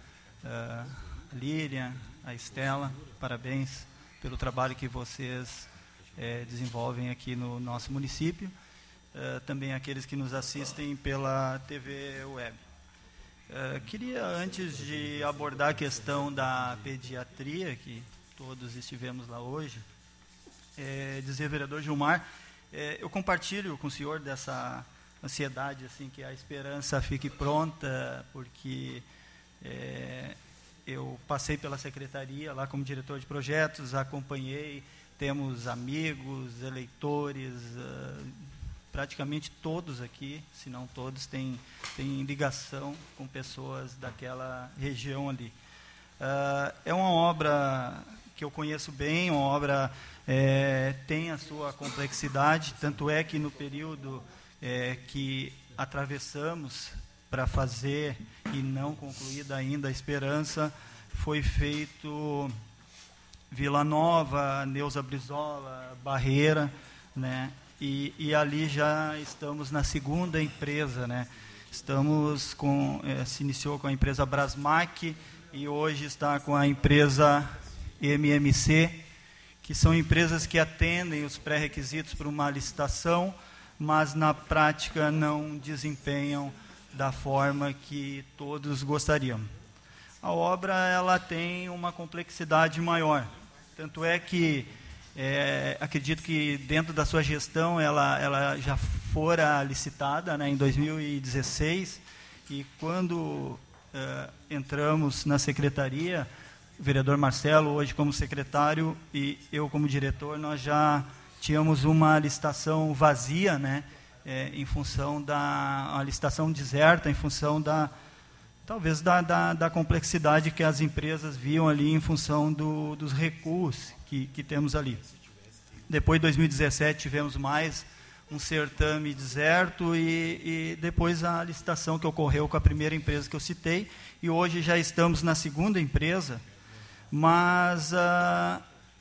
Speaker 6: a Líria, a Estela, parabéns pelo trabalho que vocês eh, desenvolvem aqui no nosso município, uh, também aqueles que nos assistem pela T V Web. Uh, queria, antes de abordar a questão da pediatria, que todos estivemos lá hoje, eh, dizer, vereador Gilmar, eh, eu compartilho com o senhor dessa ansiedade, assim, que a esperança fique pronta, porque é, eu passei pela secretaria lá como diretor de projetos, acompanhei, temos amigos, eleitores, uh, praticamente todos aqui, se não todos, têm, têm ligação com pessoas daquela região ali. Uh, é uma obra que eu conheço bem, uma obra é, tem a sua complexidade, tanto é que no período É, que atravessamos para fazer e não concluída ainda a Esperança, foi feito Vila Nova, Neuza Brizola, Barreira, né? E, e ali já estamos na segunda empresa, né? Estamos com, é, se iniciou com a empresa Brasmac e hoje está com a empresa M M C, que são empresas que atendem os pré-requisitos para uma licitação, mas na prática não desempenham da forma que todos gostariam. A obra ela tem uma complexidade maior, tanto é que é, acredito que dentro da sua gestão ela, ela já fora licitada, né, em dois mil e dezesseis, e quando é, entramos na secretaria, o vereador Marcelo hoje como secretário e eu como diretor, nós já tínhamos uma licitação vazia, né, é, em função da uma licitação deserta, em função da talvez da, da, da complexidade que as empresas viam ali em função do, dos recuos que, que temos ali. Depois, em dois mil e dezessete, tivemos mais um certame deserto e, e depois a licitação que ocorreu com a primeira empresa que eu citei, e hoje já estamos na segunda empresa, mas ah,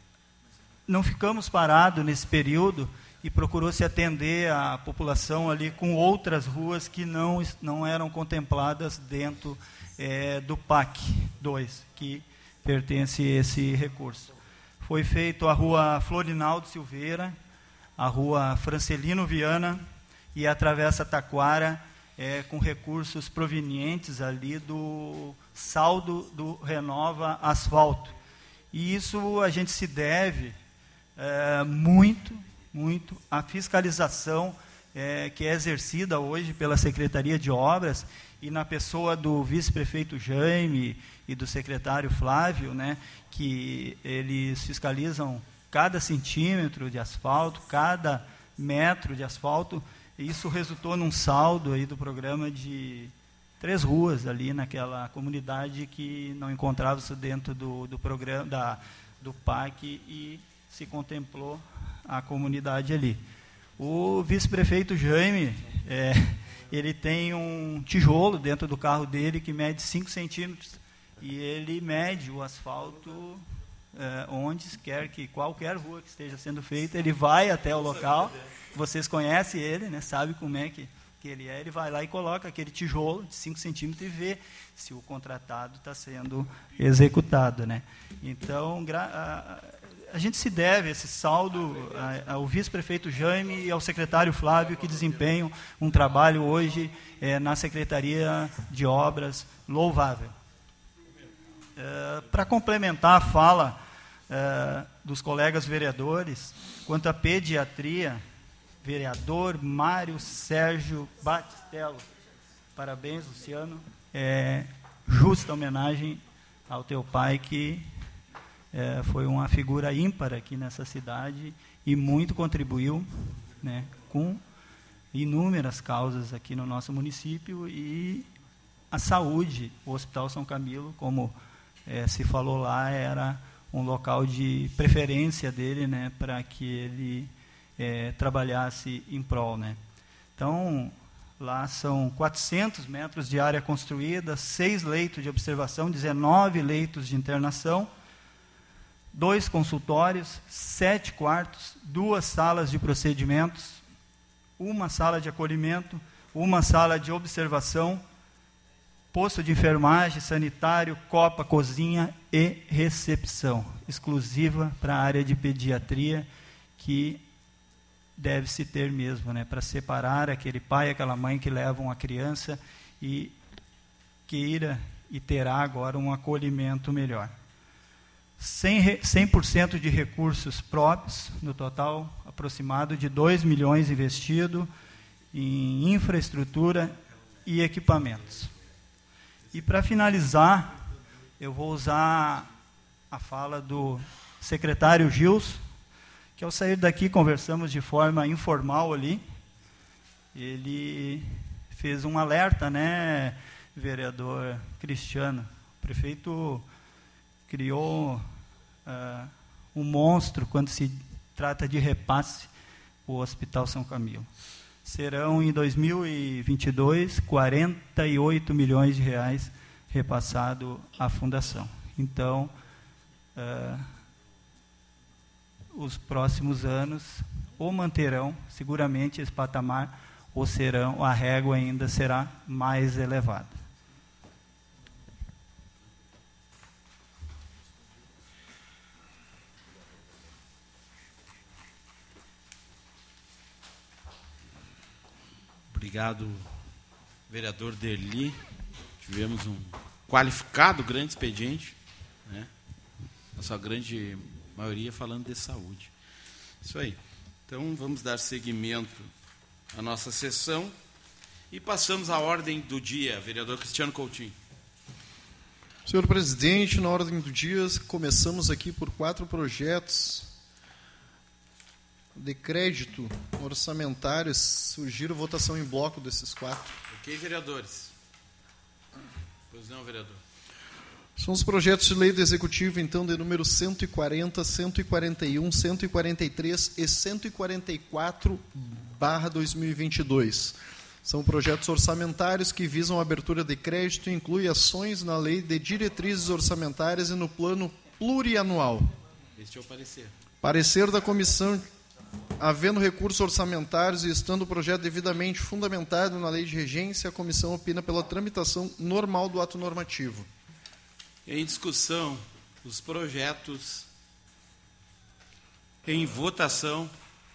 Speaker 6: não ficamos parados nesse período e procurou-se atender a população ali com outras ruas que não, não eram contempladas dentro é, do P A C dois, que pertence a esse recurso. Foi feito a rua Florinaldo Silveira, a rua Francelino Viana e a Travessa Taquara, é, com recursos provenientes ali do saldo do Renova Asfalto. E isso a gente se deve é, muito, muito à fiscalização é, que é exercida hoje pela Secretaria de Obras e na pessoa do vice-prefeito Jaime e do secretário Flávio, né, que eles fiscalizam cada centímetro de asfalto, cada metro de asfalto. E isso resultou num saldo aí do programa de três ruas ali naquela comunidade que não encontrava-se dentro do, do programa da, do P A C e se contemplou a comunidade ali. O vice-prefeito Jaime, é, ele tem um tijolo dentro do carro dele que mede cinco centímetros e ele mede o asfalto é, onde quer que, qualquer rua que esteja sendo feita, ele vai até o local, vocês conhecem ele, né, sabe como é que, que ele é, ele vai lá e coloca aquele tijolo de cinco centímetros e vê se o contratado está sendo executado, né. Então, a, a gente se deve esse saldo ao vice-prefeito Jaime e ao secretário Flávio, que desempenham um trabalho hoje é, na Secretaria de Obras louvável. É, para complementar a fala é, dos colegas vereadores, quanto à pediatria, vereador Mário Sérgio Batistello. Parabéns, Luciano. É justa homenagem ao teu pai, que é, foi uma figura ímpar aqui nessa cidade e muito contribuiu, né, com inúmeras causas aqui no nosso município, e a saúde. O Hospital São Camilo, como é, se falou lá, era um local de preferência dele, né, para que ele é, trabalhasse em prol, né. Então, lá são quatrocentos metros de área construída, seis leitos de observação, dezenove leitos de internação, dois consultórios, sete quartos, duas salas de procedimentos, uma sala de acolhimento, uma sala de observação, posto de enfermagem, sanitário, copa, cozinha e recepção, exclusiva para a área de pediatria, que deve-se ter mesmo, né, para separar aquele pai e aquela mãe que levam a criança e queira e terá agora um acolhimento melhor. cem por cento de recursos próprios, no total aproximado de dois milhões investido em infraestrutura e equipamentos. E para finalizar, eu vou usar a fala do secretário Gilson, que ao sair daqui conversamos de forma informal ali. Ele fez um alerta, né, vereador Cristiano? O prefeito criou uh, um monstro quando se trata de repasse o Hospital São Camilo. Serão, em dois mil e vinte e dois, quarenta e oito milhões de reais repassado à Fundação. Então, uh, os próximos anos ou manterão seguramente esse patamar, ou serão, a régua ainda será mais elevada.
Speaker 1: Obrigado, vereador Derli. Tivemos um qualificado grande expediente, né? A sua grande maioria falando de saúde. Isso aí. Então, vamos dar seguimento à nossa sessão e passamos à ordem do dia. Vereador Cristiano Coutinho.
Speaker 2: Senhor presidente, na ordem do dia, começamos aqui por quatro projetos de crédito orçamentários. Sugiro votação em bloco desses quatro.
Speaker 1: Ok, vereadores? Pois não, vereador.
Speaker 2: São os projetos de lei do Executivo, então, de número cento e quarenta, cento e quarenta e um, cento e quarenta e três e cento e quarenta e quatro barra dois mil e vinte e dois. São projetos orçamentários que visam a abertura de crédito e incluem ações na lei de diretrizes orçamentárias e no plano plurianual.
Speaker 1: Este é o parecer.
Speaker 2: Parecer da comissão: havendo recursos orçamentários e estando o projeto devidamente fundamentado na lei de regência, a comissão opina pela tramitação normal do ato normativo.
Speaker 1: Em discussão, os projetos. Em votação.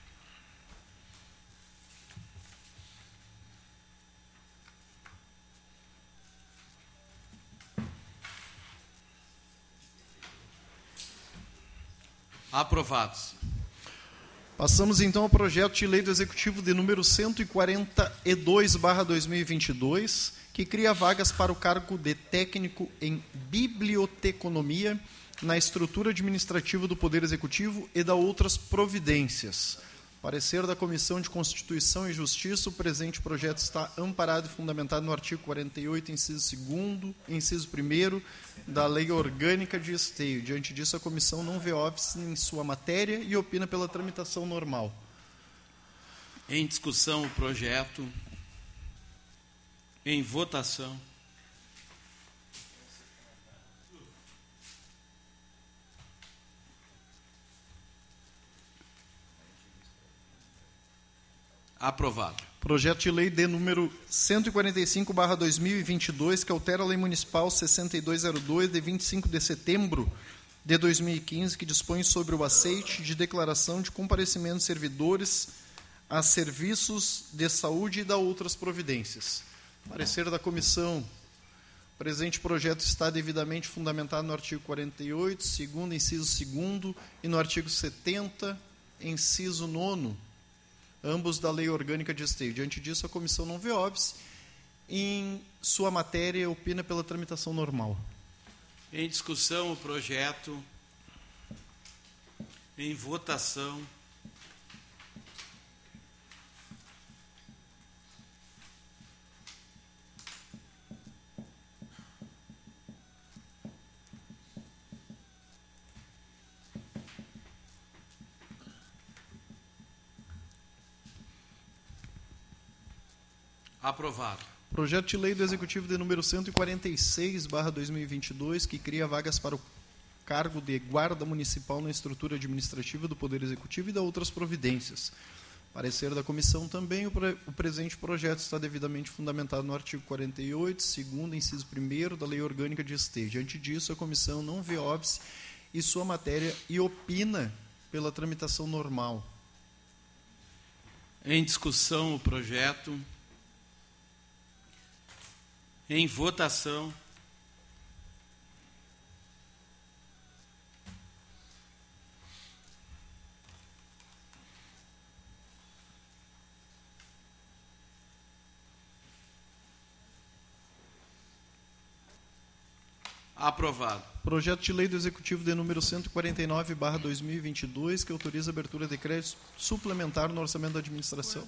Speaker 1: Aprovados.
Speaker 2: Passamos então ao projeto de lei do Executivo de número cento e quarenta e dois barra dois mil e vinte e dois, que cria vagas para o cargo de técnico em biblioteconomia na estrutura administrativa do Poder Executivo e da outras providências. Parecer da Comissão de Constituição e Justiça: o presente projeto está amparado e fundamentado no artigo quarenta e oito, inciso segundo, inciso primeiro da Lei Orgânica de Esteio. Diante disso, a comissão não vê óbice em sua matéria e opina pela tramitação normal.
Speaker 1: Em discussão o projeto. Em votação. Aprovado.
Speaker 2: Projeto de lei de número cento e quarenta e cinco barra dois mil e vinte e dois, que altera a Lei Municipal sessenta e dois zero dois, de vinte e cinco de setembro de dois mil e quinze, que dispõe sobre o aceite de declaração de comparecimento de servidores a serviços de saúde e da outras providências. Parecer da comissão: o presente projeto está devidamente fundamentado no artigo quarenta e oito, segundo, inciso segundo, e no artigo setenta, inciso nono ambos da Lei Orgânica de Esteio. Diante disso, a comissão não vê óbice. Em sua matéria, opina pela tramitação normal.
Speaker 1: Em discussão o projeto. Em votação. Aprovado.
Speaker 2: Projeto de lei do Executivo de número cento e quarenta e seis, barra dois mil e vinte e dois, que cria vagas para o cargo de guarda municipal na estrutura administrativa do Poder Executivo e da outras providências. Parecer da comissão também, o, pre o presente projeto está devidamente fundamentado no artigo quarenta e oito, segundo, inciso primeiro da Lei Orgânica de Esteio. Diante disso, a comissão não vê óbice e sua matéria e opina pela tramitação normal.
Speaker 1: Em discussão o projeto. Em votação. Aprovado.
Speaker 2: Projeto de lei do Executivo de número cento e quarenta e nove, barra dois mil e vinte e dois, que autoriza a abertura de crédito suplementar no orçamento da administração.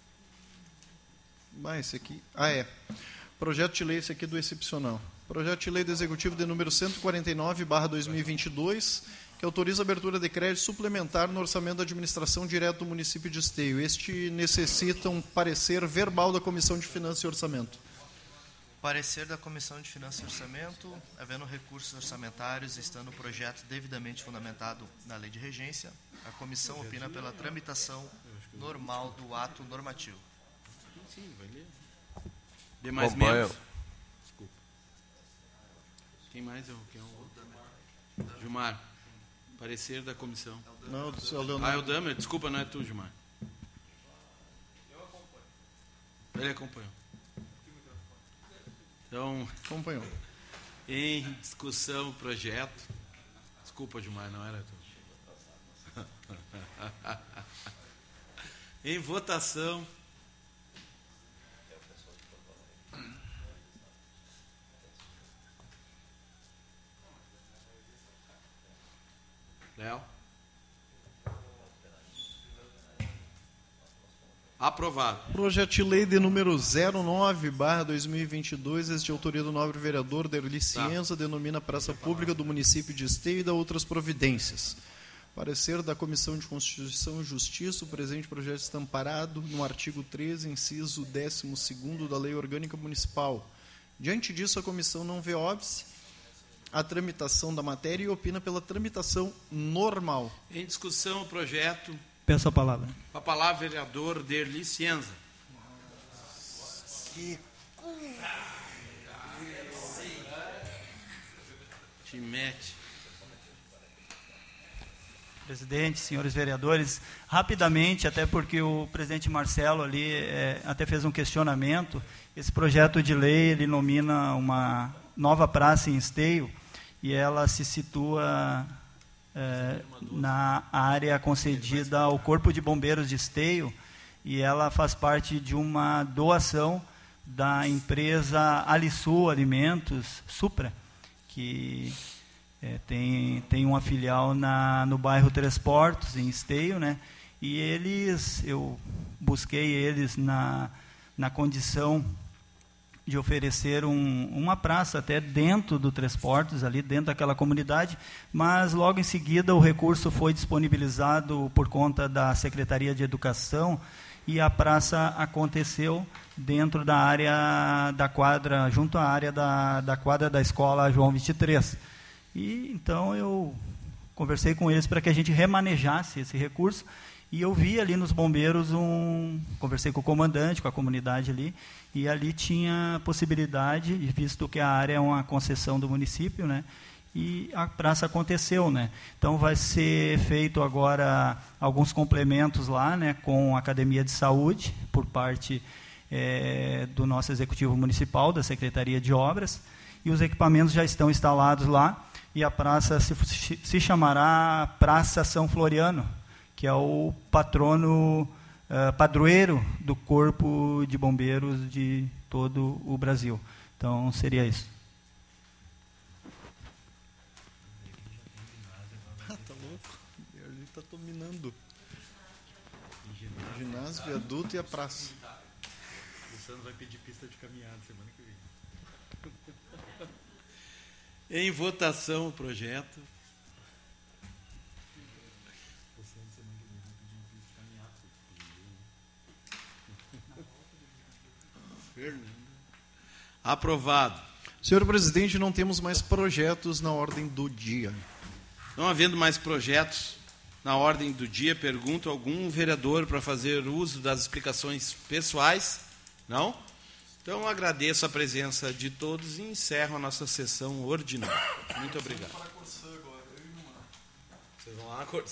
Speaker 2: Ah, esse aqui. Ah, é. Projeto de lei, esse aqui do excepcional. Projeto de lei do Executivo de número cento e quarenta e nove, barra dois mil e vinte e dois, que autoriza a abertura de crédito suplementar no orçamento da administração direto do município de Esteio. Este necessita um parecer verbal da Comissão de Finanças e Orçamento.
Speaker 11: Parecer da Comissão de Finanças e Orçamento, havendo recursos orçamentários, estando o projeto devidamente fundamentado na lei de regência, a comissão opina pela tramitação normal do ato normativo.
Speaker 1: Sim, vai ler. Demais membros? Desculpa. Quem mais é o que é o Gilmar? Parecer da comissão.
Speaker 2: Não, o senhor Leonardo.
Speaker 1: Ah, é o Damer. Desculpa, não é tu, Gilmar. Eu acompanho. Ele acompanhou. Então,
Speaker 2: acompanhou.
Speaker 1: Em discussão o projeto. Desculpa, Gilmar, não era tu. Em votação. Léo? Aprovado.
Speaker 2: Projeto de lei de número zero nove, barra dois mil e vinte e dois, este de autoria do nobre vereador Derli Cienza, tá. Denomina Praça Pública do município de Esteio e da outras providências. Parecer da Comissão de Constituição e Justiça, o presente projeto está amparado no artigo treze, inciso décimo segundo da Lei Orgânica Municipal. Diante disso, a comissão não vê óbice a tramitação da matéria e opina pela tramitação normal.
Speaker 1: Em discussão o projeto.
Speaker 6: Peço a palavra.
Speaker 1: A palavra, vereador Derli Cienza.
Speaker 11: Que
Speaker 1: te mete.
Speaker 6: Presidente, senhores vereadores, rapidamente, até porque o presidente Marcelo ali é, até fez um questionamento, esse projeto de lei ele nomina uma nova praça em Esteio e ela se situa é, na área concedida ao Corpo de Bombeiros de Esteio e ela faz parte de uma doação da empresa Alisul Alimentos, Supra, que é, tem, tem uma filial na, no bairro Três Portos, em Esteio, né? E eles, eu busquei eles na, na condição de oferecer um, uma praça até dentro do Três Portos, ali dentro daquela comunidade, mas logo em seguida o recurso foi disponibilizado por conta da Secretaria de Educação e a praça aconteceu dentro da área da quadra, junto à área da, da quadra da escola João vinte e três. E então eu conversei com eles para que a gente remanejasse esse recurso e eu vi ali nos bombeiros um... Conversei com o comandante, com a comunidade ali, e ali tinha possibilidade, visto que a área é uma concessão do município, né? E a praça aconteceu, né? Então vai ser feito agora alguns complementos lá, né? Com a Academia de Saúde, por parte é, do nosso Executivo Municipal, da Secretaria de Obras, e os equipamentos já estão instalados lá, e a praça se, se chamará Praça São Floriano, que é o patrono uh, padroeiro do Corpo de Bombeiros de todo o Brasil. Então, seria isso.
Speaker 2: Ah, tá louco. Ele está dominando. Ginásio, viaduto e a praça.
Speaker 5: O Santos vai pedir pista de caminhada semana que vem.
Speaker 1: Em votação o projeto.
Speaker 5: O Santos semana que vem vai pedir uma pista de caminhada.
Speaker 1: Fernando. Aprovado.
Speaker 2: Senhor presidente, não temos mais projetos na ordem do dia.
Speaker 1: Não havendo mais projetos na ordem do dia, pergunto a algum vereador para fazer uso das explicações pessoais? Não? Então, agradeço a presença de todos e encerro a nossa sessão ordinária. Muito obrigado. Vocês vão lá na Corsã.